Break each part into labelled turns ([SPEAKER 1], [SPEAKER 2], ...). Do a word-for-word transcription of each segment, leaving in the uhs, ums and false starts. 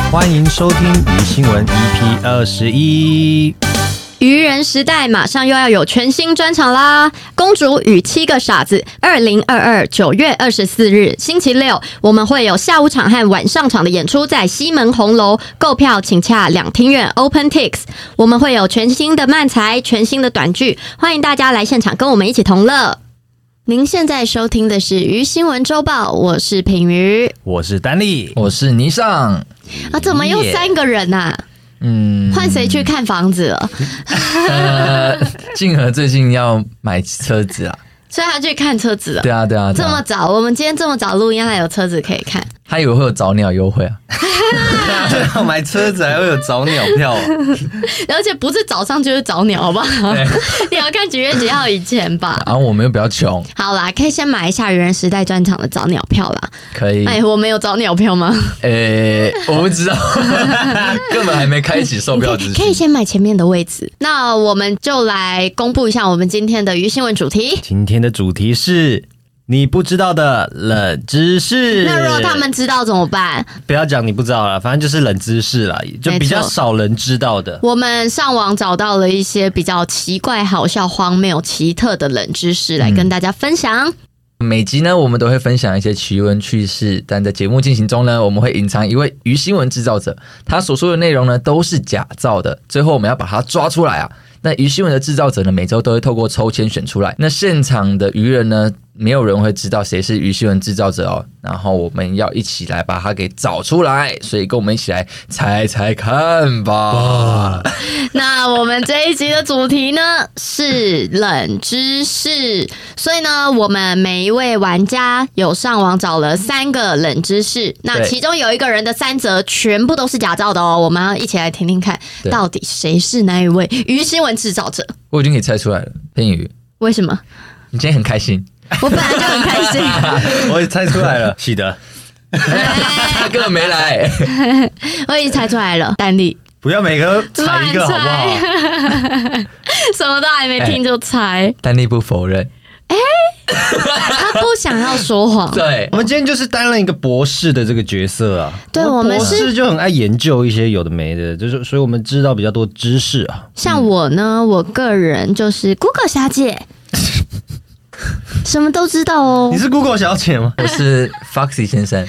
[SPEAKER 1] 欢迎收听鱼新闻 E P 二十一。
[SPEAKER 2] 愚人时代马上又要有全新专场啦！公主与七个傻子，二零二二九月二十四日星期六，我们会有下午场和晚上场的演出，在西门红楼购票，请洽两厅院 OpenTix。我们会有全新的漫才、全新的短剧，欢迎大家来现场跟我们一起同乐。您现在收听的是鱼新闻周报，我是品瑜，
[SPEAKER 1] 我是丹力，
[SPEAKER 3] 我是倪尚。
[SPEAKER 2] 啊，怎么又三个人啊？
[SPEAKER 3] 嗯，
[SPEAKER 2] 换谁去看房子了？
[SPEAKER 3] 呃，静和最近要买车子啊，
[SPEAKER 2] 所以他去看车子了。
[SPEAKER 3] 对啊，对啊，对啊
[SPEAKER 2] 这么早，我们今天这么早录音，还有车子可以看。
[SPEAKER 3] 他以为会有早鸟优惠啊，
[SPEAKER 1] 要买车子还会有早鸟票、啊，
[SPEAKER 2] 而且不是早上就是早鸟，好不好？你要看几月几号以前吧。
[SPEAKER 3] 然后我们又比较穷，
[SPEAKER 2] 好啦，可以先买一下愚人时代专场的早鸟票啦。
[SPEAKER 3] 可以。
[SPEAKER 2] 哎，我们有早鸟票吗？
[SPEAKER 3] 诶、我不知道，根本还没开启售票之前。
[SPEAKER 2] 可以先买前面的位置。那我们就来公布一下我们今天的鱼新闻主题。
[SPEAKER 1] 今天的主题是你不知道的冷知识。
[SPEAKER 2] 那如果他们知道怎么办？
[SPEAKER 1] 不要讲你不知道了，反正就是冷知识啦，就比较少人知道的。
[SPEAKER 2] 我们上网找到了一些比较奇怪、好笑、荒谬、奇特的冷知识来跟大家分享。
[SPEAKER 3] 每集呢，我们都会分享一些奇闻趣事，但在节目进行中呢，我们会隐藏一位鱼新闻制造者，他所说的内容呢都是假造的，最后我们要把他抓出来啊。那鱼新闻的制造者呢，每周都会透过抽签选出来。那现场的鱼人呢，没有人会知道谁是鱼新闻制造者哦。然后我们要一起来把它给找出来，所以跟我们一起来猜猜看吧。
[SPEAKER 2] 那我们这一集的主题呢是冷知识，所以呢，我们每一位玩家有上网找了三个冷知识，那其中有一个人的三则全部都是假造的哦。我们要一起来听听看，到底谁是那一位鱼新闻制造者？
[SPEAKER 3] 我已经可以猜出来了，片语。
[SPEAKER 2] 为什么？
[SPEAKER 3] 你今天很开心？
[SPEAKER 2] 我本来就很开心。
[SPEAKER 1] 我也猜出来了，喜德。
[SPEAKER 3] 他根本没来。
[SPEAKER 2] 我已经猜出来了，丹力。
[SPEAKER 1] 不要每个猜一个好不好？
[SPEAKER 2] 什么都还没听就猜。
[SPEAKER 3] 丹力不否认。
[SPEAKER 2] 哎、他不想要说谎。
[SPEAKER 3] 对，
[SPEAKER 1] 我们今天就是担任一个博士的这个角色啊。
[SPEAKER 2] 对，我们是
[SPEAKER 1] 博士就很爱研究一些有的没的，就是所以我们知道比较多知识啊。
[SPEAKER 2] 像我呢，我个人就是 Google 小姐。什么都知道哦。
[SPEAKER 1] 你是 Google 小姐吗？
[SPEAKER 3] 我是 Foxy 先生。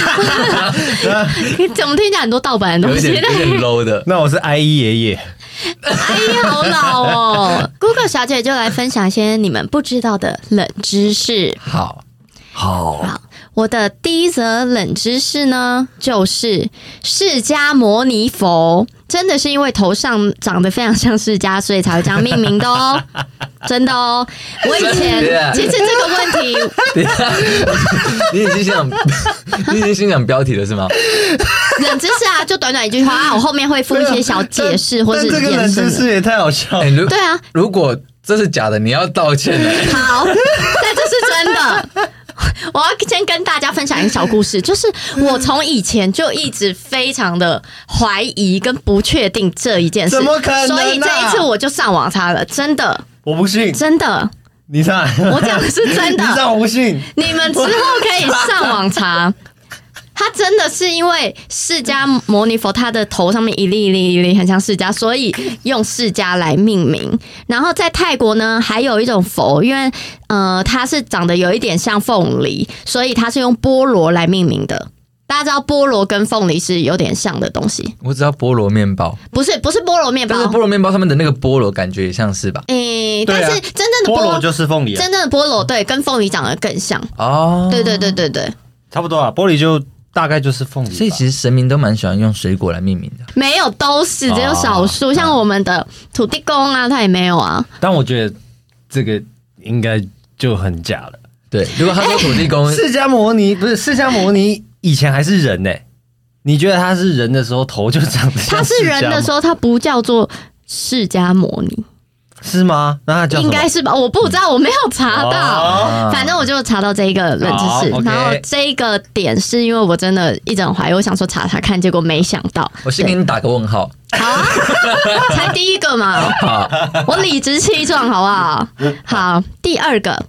[SPEAKER 2] 你怎么听起来很多盗版的东西？
[SPEAKER 3] 有点有点 low 的。
[SPEAKER 1] 那我是 I E 爷爷。
[SPEAKER 2] 哎呀，好老哦。Google 小姐就来分享一些你们不知道的冷知识。
[SPEAKER 3] 好，好，
[SPEAKER 2] 好。我的第一则冷知识呢，就是释迦牟尼佛真的是因为头上长得非常像释迦，所以才会这样命名的哦。真的哦，我以前其实这个问题，
[SPEAKER 3] 你已经想，你已经心想标题了是吗？
[SPEAKER 2] 冷知识啊，就短短一句话啊，我后面会附一些小解释或是
[SPEAKER 1] 但这个冷知识也太好笑了。
[SPEAKER 3] 欸、
[SPEAKER 2] 对啊，
[SPEAKER 3] 如果这是假的，你要道歉的。
[SPEAKER 2] 好，但这是真的。我要先跟大家分享一个小故事，就是我从以前就一直非常的怀疑跟不确定这一件事，
[SPEAKER 1] 怎么可能啊？
[SPEAKER 2] 所以这一次我就上网查了，真的，
[SPEAKER 1] 我不信，
[SPEAKER 2] 真的，
[SPEAKER 1] 你猜，
[SPEAKER 2] 我讲的是真的，
[SPEAKER 1] 你猜我不信，
[SPEAKER 2] 你们之后可以上网查。他真的是因为释迦牟尼佛他的头上面一粒一粒一粒很像释迦，所以用释迦来命名。然后在泰国呢，还有一种佛，因为呃它是长得有一点像凤梨，所以它是用菠萝来命名的。大家知道菠萝跟凤梨是有点像的东西。
[SPEAKER 3] 我知道菠萝面包，
[SPEAKER 2] 不是不是菠萝面包，
[SPEAKER 3] 但是菠萝面包他们的那个菠萝感觉也像是吧？
[SPEAKER 2] 诶、欸，但是真正的
[SPEAKER 1] 菠萝就是凤梨、啊，
[SPEAKER 2] 真正的菠萝对，跟凤梨长得更像。
[SPEAKER 3] 哦，
[SPEAKER 2] 对对对对对，
[SPEAKER 1] 差不多啊，玻璃就。大概就是凤梨，
[SPEAKER 3] 所以其实神明都蛮喜欢用水果来命名的。
[SPEAKER 2] 没有，都是只有少数，哦、像我们的土地公啊，他也没有啊。
[SPEAKER 1] 但我觉得这个应该就很假了。
[SPEAKER 3] 对，如果他说土地公，
[SPEAKER 1] 释迦牟尼不是释迦牟尼以前还是人呢、欸？你觉得他是人的时候头就长得像？
[SPEAKER 2] 他是人的时候，他不叫做释迦牟尼。
[SPEAKER 1] 是吗？那他叫什么？
[SPEAKER 2] 应该是吧，我不知道，我没有查到。
[SPEAKER 1] 哦、
[SPEAKER 2] 反正我就查到这一个冷知识，
[SPEAKER 1] 哦 okay、
[SPEAKER 2] 然后这一个点是因为我真的一直很怀疑，我想说查查看，结果没想到。
[SPEAKER 3] 我先给你打个问号。
[SPEAKER 2] 好啊，才第一个嘛。
[SPEAKER 3] 好，
[SPEAKER 2] 我理直气壮，好不好？好，第二个，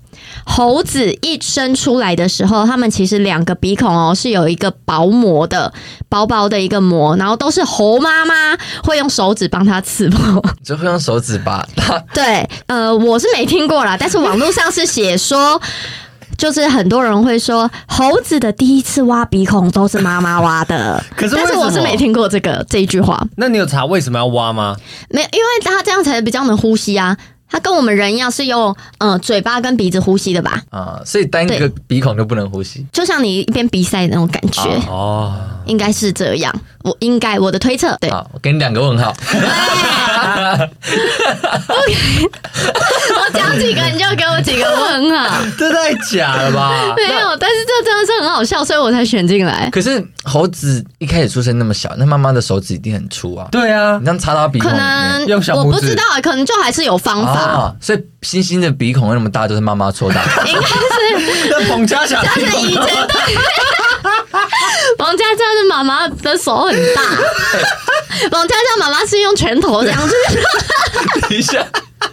[SPEAKER 2] 猴子一生出来的时候，他们其实两个鼻孔哦是有一个薄膜的，薄薄的一个膜，然后都是猴妈妈会用手指帮它刺破，
[SPEAKER 3] 就会用手指把它。
[SPEAKER 2] 对，呃，我是没听过啦，但是网络上是写说。就是很多人会说，猴子的第一次挖鼻孔都是妈妈挖的，
[SPEAKER 1] 可是
[SPEAKER 2] 但是我是没听过这个这一句话。
[SPEAKER 1] 那你有查为什么要挖吗？
[SPEAKER 2] 没有，因为它这样才比较能呼吸啊。它跟我们人一样是用呃嘴巴跟鼻子呼吸的吧？
[SPEAKER 3] 啊，所以单一个鼻孔就不能呼吸，
[SPEAKER 2] 就像你一边比赛的那种感觉
[SPEAKER 1] 哦，
[SPEAKER 2] 应该是这样。我应该我的推测，对。
[SPEAKER 3] 好，我给你两个问号。
[SPEAKER 2] 我讲几个你就给我几个问号，
[SPEAKER 1] 这太假了吧？
[SPEAKER 2] 没有，但是这真的是很好笑，所以我才选进来。
[SPEAKER 3] 可是猴子一开始出生那么小，那妈妈的手指一定很粗啊。
[SPEAKER 1] 对啊，
[SPEAKER 3] 你这样插到鼻孔
[SPEAKER 2] 可
[SPEAKER 3] 里面，
[SPEAKER 2] 能
[SPEAKER 1] 用小拇指
[SPEAKER 2] 我不知道，可能就还是有方法。
[SPEAKER 3] 啊，所以星星的鼻孔那么大，都是妈妈戳大的。
[SPEAKER 2] 应该是
[SPEAKER 1] 那彭佳佳
[SPEAKER 2] 但是以前对，王佳佳的妈妈的手很大，王佳佳妈妈是用拳头这样子。
[SPEAKER 3] 等一下，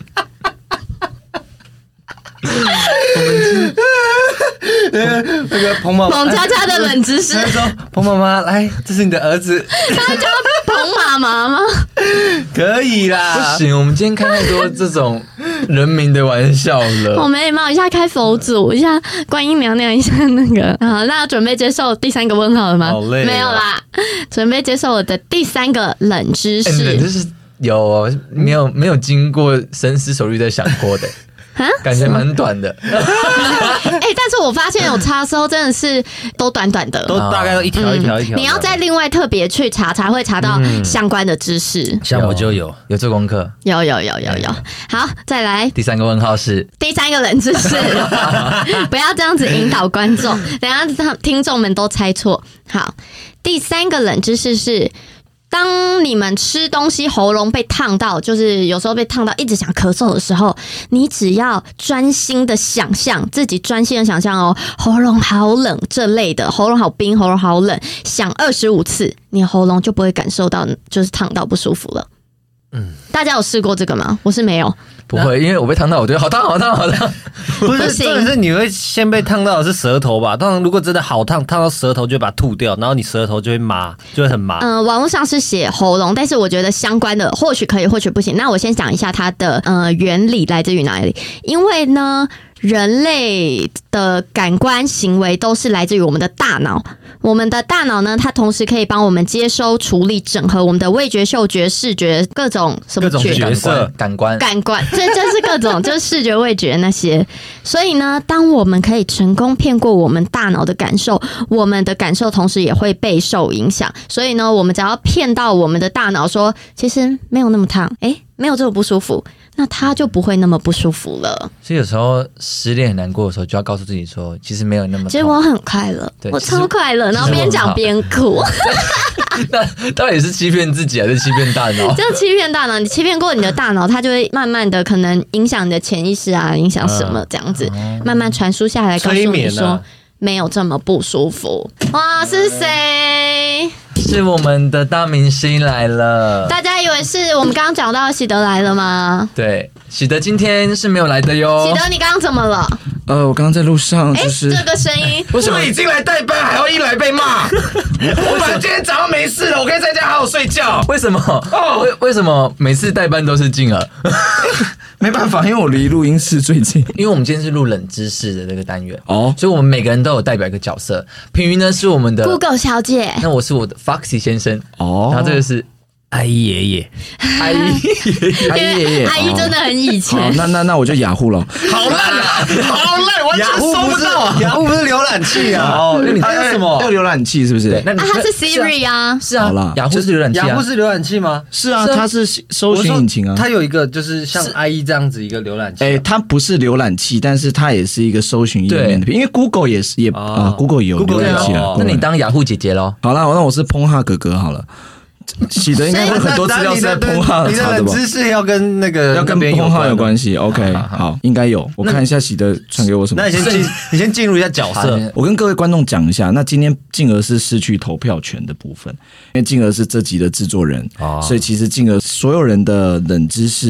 [SPEAKER 1] 那个彭妈妈，
[SPEAKER 2] 彭佳佳的冷知识，
[SPEAKER 1] 他说彭妈妈来，这是你的儿子，
[SPEAKER 2] 他叫彭妈妈吗？
[SPEAKER 1] 可以啦。
[SPEAKER 3] 不行，我们今天开太多这种人民的玩笑了。
[SPEAKER 2] 我没礼貌，一下开佛祖，一下观音娘娘，一下那个。好，那准备接受第三个问号了吗？
[SPEAKER 1] 好累哦
[SPEAKER 2] 没有啦，准备接受我的第三个冷知
[SPEAKER 3] 欸、
[SPEAKER 2] 识。
[SPEAKER 3] 冷知识有哦没有没有经过深思熟虑在想过的。
[SPEAKER 2] 啊，
[SPEAKER 3] 感觉蛮短的。
[SPEAKER 2] 哎、欸，但是我发现有查的时候真的是都短短的，
[SPEAKER 1] 都大概都一条一条一条、
[SPEAKER 2] 嗯。你要再另外特别去查，才会查到相关的知识。
[SPEAKER 1] 像我就有
[SPEAKER 3] 有做功课，
[SPEAKER 2] 有有有有有。好，再来
[SPEAKER 3] 第三个问号是
[SPEAKER 2] 第三个冷知识，不要这样子引导观众，等一下听众们都猜错。好，第三个冷知识是。当你们吃东西喉咙被烫到，就是有时候被烫到一直想咳嗽的时候，你只要专心的想象，自己专心的想象哦，喉咙好冷这类的，喉咙好冰，喉咙好冷，想二十五次，你的喉咙就不会感受到就是烫到不舒服了。嗯，大家有试过这个吗？我是没有。
[SPEAKER 3] 不会，因为我被烫到，我觉得好烫好烫好烫。
[SPEAKER 1] 不是，重点是你会先被烫到的是舌头吧？当然，如果真的好烫，烫到舌头就会把它吐掉，然后你舌头就会麻，就会很麻。
[SPEAKER 2] 嗯、呃，网络上是写喉咙，但是我觉得相关的或许可以，或许不行。那我先讲一下它的呃原理来自于哪里？因为呢，人类的感官行为都是来自于我们的大脑。我们的大脑呢，它同时可以帮我们接收、处理、整合我们的味觉、嗅觉、视觉各种什么
[SPEAKER 1] 各种角色、
[SPEAKER 3] 感官、
[SPEAKER 2] 感官，这就是各种就是视觉、味觉那些。所以呢，当我们可以成功骗过我们大脑的感受，我们的感受同时也会备受影响。所以呢，我们只要骗到我们的大脑说，其实没有那么烫，哎，没有这么不舒服，那它就不会那么不舒服了。
[SPEAKER 3] 所以有时候失恋很难过的时候，就要告诉自己说，其实没有那么痛。
[SPEAKER 2] 其实我很快乐，我超快乐，然后边讲边哭。
[SPEAKER 3] 那到底是欺骗自己还是欺骗大脑？
[SPEAKER 2] 就欺骗大脑，你欺骗过你的大脑，它就会慢慢的可能影响你的潜意识啊，影响什么这样子，嗯、慢慢传输下来，告诉你说没有这么不舒服。哇，是谁？
[SPEAKER 3] 是我们的大明星来了。
[SPEAKER 2] 大家以为是我们刚刚讲到喜德来了吗？
[SPEAKER 3] 对，喜德今天是没有来的哟。
[SPEAKER 2] 喜德，你刚刚怎么了？
[SPEAKER 4] 呃，我刚刚在路上，就是、
[SPEAKER 2] 欸、这个声音，
[SPEAKER 4] 为什么已经来代班，还要一来被骂？我本来今天早上没事了，我可以在家好好睡觉。
[SPEAKER 3] 为什么？哦，为为什么每次代班都是静儿？
[SPEAKER 4] 没办法，因为我离录音室最近。
[SPEAKER 3] 因为我们今天是录冷知识的这个单元
[SPEAKER 4] 哦，
[SPEAKER 3] 所以我们每个人都有代表一个角色。平云呢是我们的
[SPEAKER 2] Google 小姐，
[SPEAKER 3] 那我是我的 Foxy 先生
[SPEAKER 4] 哦，
[SPEAKER 3] 然后这个是
[SPEAKER 1] 阿姨爷爷，
[SPEAKER 3] 阿姨
[SPEAKER 4] 阿姨爷爷，
[SPEAKER 2] 阿姨真的很以前。
[SPEAKER 4] 哦、那那那我就雅虎了，
[SPEAKER 1] 好烂啊，好烂，完全搜不到啊！雅虎不是浏览器啊，
[SPEAKER 3] 哦，那你
[SPEAKER 1] 还有什么？
[SPEAKER 4] 要浏览器是不是？
[SPEAKER 3] 那
[SPEAKER 2] 啊，它是 Siri 啊，
[SPEAKER 3] 是啊，
[SPEAKER 4] 好啦
[SPEAKER 3] 雅虎是浏览器啊，
[SPEAKER 1] 雅虎是浏览器吗？
[SPEAKER 4] 是啊，它是搜寻引擎啊。
[SPEAKER 1] 它有一个就是像 I E 这样子一个浏览器、啊，
[SPEAKER 4] 哎、欸，它不是浏览器，但是它也是一个搜寻页面的，因为 Google 也是也啊、哦呃、，Google 也有浏览器了。
[SPEAKER 3] 那你当雅虎姐姐咯。
[SPEAKER 4] 好啦，那我是碰哈哥哥好了。喜德应该会很多资料是在碰哈查的吧？
[SPEAKER 1] 你的知识要跟那个
[SPEAKER 4] 要跟碰哈有关系。OK， 好, 好，应该有。我看一下喜德传给我什么。
[SPEAKER 1] 那你先进，你先进入一下角色。
[SPEAKER 4] 我跟各位观众讲一下，那今天静儿是失去投票权的部分，因为静儿是这集的制作人，哦、所以其实静儿所有人的冷知识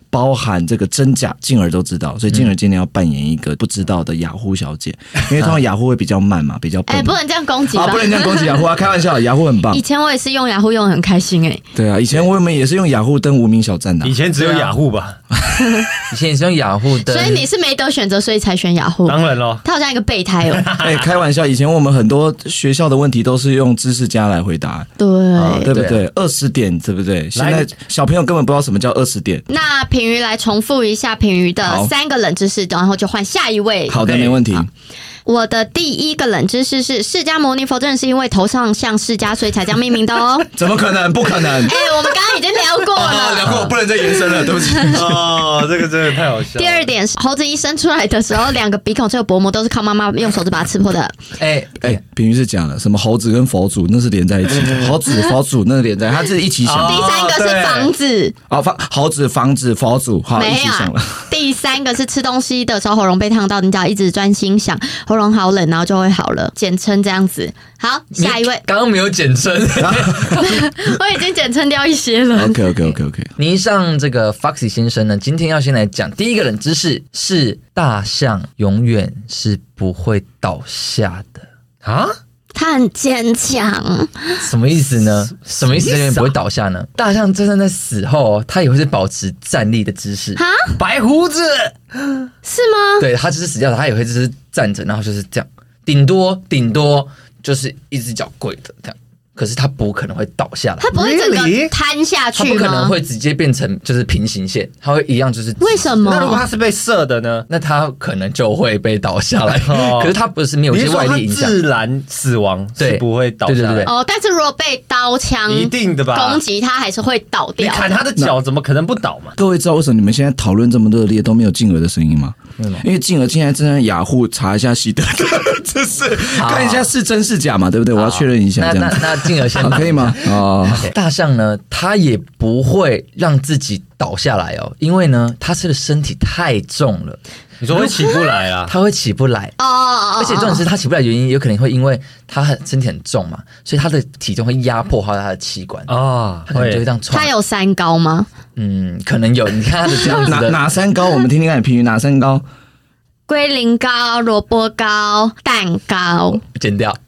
[SPEAKER 4] 包含这个真假，静儿都知道，所以静儿今天要扮演一个不知道的雅虎小姐，因为通常雅虎会比较慢嘛，比较笨。
[SPEAKER 2] 哎、欸，不能这样攻击吧、
[SPEAKER 4] 啊，不能这样攻击雅虎啊！开玩笑，雅虎很棒。
[SPEAKER 2] 以前我也是用雅虎用得很开心哎、欸。
[SPEAKER 4] 对啊，以前我们也是用雅虎登无名小站的、啊。
[SPEAKER 1] 以前只有雅虎吧？
[SPEAKER 3] 以前也是用雅虎登。
[SPEAKER 2] 所以你是没得选择，所以才选雅虎。
[SPEAKER 1] 当然咯，
[SPEAKER 2] 他好像一个备胎哦。
[SPEAKER 4] 哎、欸，开玩笑，以前我们很多学校的问题都是用知识家来回答，
[SPEAKER 2] 对、
[SPEAKER 4] 啊，对不对？二十点，对不对？现在小朋友根本不知道什么叫二十点。
[SPEAKER 2] 那品瑜来重复一下品瑜的三个冷知识，然后就换下一位。
[SPEAKER 4] 好的，没问题。
[SPEAKER 2] 我的第一个冷知识是，释迦牟尼佛真的是因为头上像释迦，所以才这样命名的哦。
[SPEAKER 4] 怎么可能？不可能！哎、
[SPEAKER 2] 欸，我们刚刚已经聊过了，
[SPEAKER 4] 啊、聊过，不能再延伸了，对不起。
[SPEAKER 1] 哦，这个真的太好笑了。
[SPEAKER 2] 第二点是，猴子一生出来的时候，两个鼻孔这个薄膜都是靠妈妈用手指把它刺破的。
[SPEAKER 3] 哎
[SPEAKER 4] 哎、欸，平瑜是讲了什么猴子跟佛祖那是连在一起的，猴子佛祖那是连在，它是一起想。
[SPEAKER 2] 哦、第三个是房子，
[SPEAKER 4] 哦，房猴子房子佛祖，好，一起想了。
[SPEAKER 2] 第三个是吃东西的时候喉咙被烫到，你只要一直专心想，喉咙好冷，然后就会好了，简称这样子。好，下一位。
[SPEAKER 3] 刚刚没有简称，
[SPEAKER 2] 我已经简称掉一些了。
[SPEAKER 4] OK OK OK OK。
[SPEAKER 3] 倪尚这个 Foxy 先生呢，今天要先来讲第一个冷知识是大象永远是不会倒下的
[SPEAKER 1] 啊。
[SPEAKER 2] 他很坚强，
[SPEAKER 3] 什么意思呢？什么意思？永远不会倒下呢？大象就算在死后，它也会是保持站立的姿势。
[SPEAKER 2] 哈，
[SPEAKER 1] 白胡子
[SPEAKER 2] 是吗？
[SPEAKER 3] 对，它只是死掉了，它也会就是站着，然后就是这样，顶多顶多就是一只脚跪着这样。可是它不可能会倒下来，
[SPEAKER 2] 它不会整个瘫下去吗？
[SPEAKER 3] 它不可能会直接变成就是平行线，它会一样就是。
[SPEAKER 2] 为什么？
[SPEAKER 1] 那如果它是被射的呢？
[SPEAKER 3] 那它可能就会被倒下来。哦、可是它不是没有一些外力影响，
[SPEAKER 1] 自然死亡是不会倒下来。
[SPEAKER 3] 对对对对
[SPEAKER 2] 哦，但是如果被刀枪
[SPEAKER 1] 一定的吧
[SPEAKER 2] 攻击，它还是会倒掉。
[SPEAKER 1] 你砍它的脚，怎么可能不倒嘛？
[SPEAKER 4] 各位知道为什么你们现在讨论这么热烈都没有静儿的声音吗？嗯、因为静儿现在正在雅虎查一下希德的，这是看一下是真是假嘛，对不对？我要确认一下，这样
[SPEAKER 3] 那那那静儿先
[SPEAKER 4] 可以吗？哦，
[SPEAKER 3] 大象呢，它也不会让自己倒下来哦，因为呢，它是的身体太重了。
[SPEAKER 1] 你说会起不来啊？
[SPEAKER 3] 它会起不来哦，而且重点是它起不来的原因，有可能会因为它很身体很重嘛，所以它的体重会压迫到它的气管
[SPEAKER 1] 哦，
[SPEAKER 3] 它可能就会这样喘。
[SPEAKER 2] 它有三高吗？
[SPEAKER 3] 嗯，可能有。你看它的这样子的
[SPEAKER 4] 哪哪三高？我们听听看，评语哪三高？
[SPEAKER 2] 龟苓膏、萝卜糕、蛋糕，
[SPEAKER 3] 剪掉。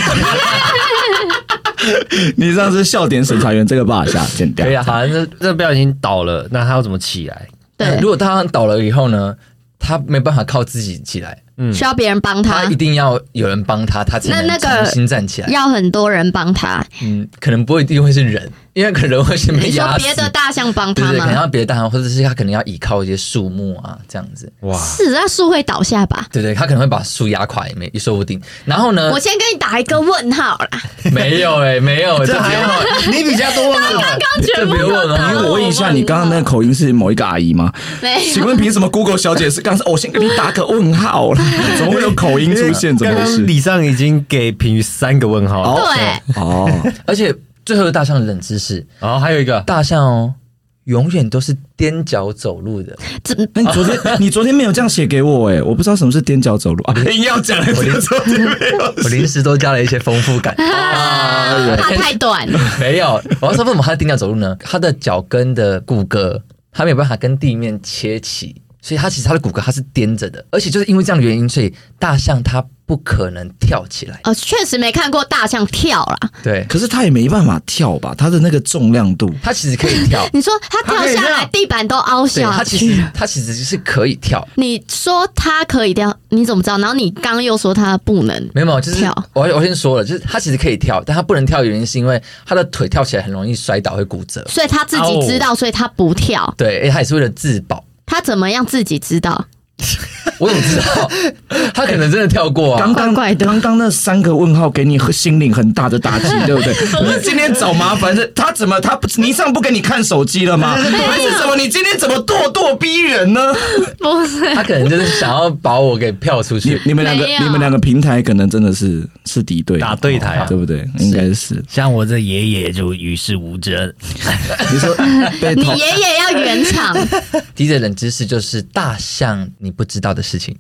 [SPEAKER 4] 你上次笑点审查员这个把下剪掉。
[SPEAKER 1] 对啊，好，这这不小心倒了，那他要怎么起来？
[SPEAKER 2] 对，
[SPEAKER 3] 如果他倒了以后呢，他没办法靠自己起来，
[SPEAKER 2] 嗯，需要别人帮他，
[SPEAKER 3] 他一定要有人帮他，他才能重新站起来。
[SPEAKER 2] 要很多人帮他，
[SPEAKER 3] 嗯，可能不一定会是人，因为可能会先被压死。
[SPEAKER 2] 你说别的大象帮他吗？
[SPEAKER 3] 对对，可能要别的大象，或者是他可能要依靠一些树木啊，这样子。
[SPEAKER 2] 哇，是那树会倒下吧？
[SPEAKER 3] 对对，他可能会把树压垮，也没也说不定。然后呢，
[SPEAKER 2] 我先跟你打一个问号啦。
[SPEAKER 3] 没有哎、欸，没有，
[SPEAKER 1] 这还好，你比较多问号。
[SPEAKER 3] 这不用问号。
[SPEAKER 4] 因为我问一下，你刚刚那个口音是某一个阿姨吗？
[SPEAKER 2] 没有。
[SPEAKER 4] 请问凭什么 Google 小姐是刚才？我先给你打个问号了，怎么会有口音出现？怎么回事？
[SPEAKER 1] 李尚已经给评语三个问号
[SPEAKER 2] 了。对，
[SPEAKER 3] 哦，而且最后一个大象的冷知识，
[SPEAKER 1] 然后还有一个
[SPEAKER 3] 大象哦，永远都是踮脚走路的。
[SPEAKER 4] 那你昨天你昨天没有这样写给我哎，我不知道什么是踮脚走路啊，硬要讲了，我临时
[SPEAKER 3] 我临时都加了一些丰富感。
[SPEAKER 2] 啊，它太短。
[SPEAKER 3] 没有，我要说为什么它踮脚走路呢？它的脚跟的骨骼，它没有办法跟地面切齐。所以它其实它的骨骼它是踮着的，而且就是因为这样的原因，所以大象它不可能跳起来。
[SPEAKER 2] 呃，确实没看过大象跳啦。
[SPEAKER 3] 对，
[SPEAKER 4] 可是它也没办法跳吧？它的那个重量度，
[SPEAKER 3] 它其实可以跳。
[SPEAKER 2] 你说它跳下来，地板都凹下去。
[SPEAKER 3] 它其实它其实是可以跳。
[SPEAKER 2] 你说它可以跳，你怎么知道？然后你刚刚又说它不能，
[SPEAKER 3] 没有没有，就是我我先说了，就是它其实可以跳，但它不能跳的原因是因为它的腿跳起来很容易摔倒会骨折，
[SPEAKER 2] 所以它自己知道，所以它不跳。
[SPEAKER 3] 对，而且它也是为了自保。
[SPEAKER 2] 他怎么样自己知道？
[SPEAKER 3] 我怎么知道？他可能真的跳过啊！
[SPEAKER 4] 刚刚刚刚那三个问号给你心灵很大的打击，对不对？你今天找麻烦是他怎么他倪尚不给你看手机了吗？还是什么？你今天怎么咄咄逼人呢？
[SPEAKER 2] 不是，
[SPEAKER 3] 他可能就是想要把我给票出去。
[SPEAKER 4] 你, 你们两个你们两个平台可能真的是是敌对
[SPEAKER 1] 打对台、啊，
[SPEAKER 4] 对不对？应该是。
[SPEAKER 1] 像我这爷爷就与世无争。
[SPEAKER 4] 你说
[SPEAKER 2] 你爷爷要圆场。
[SPEAKER 3] 第一个冷知识就是大象你不知道的事情。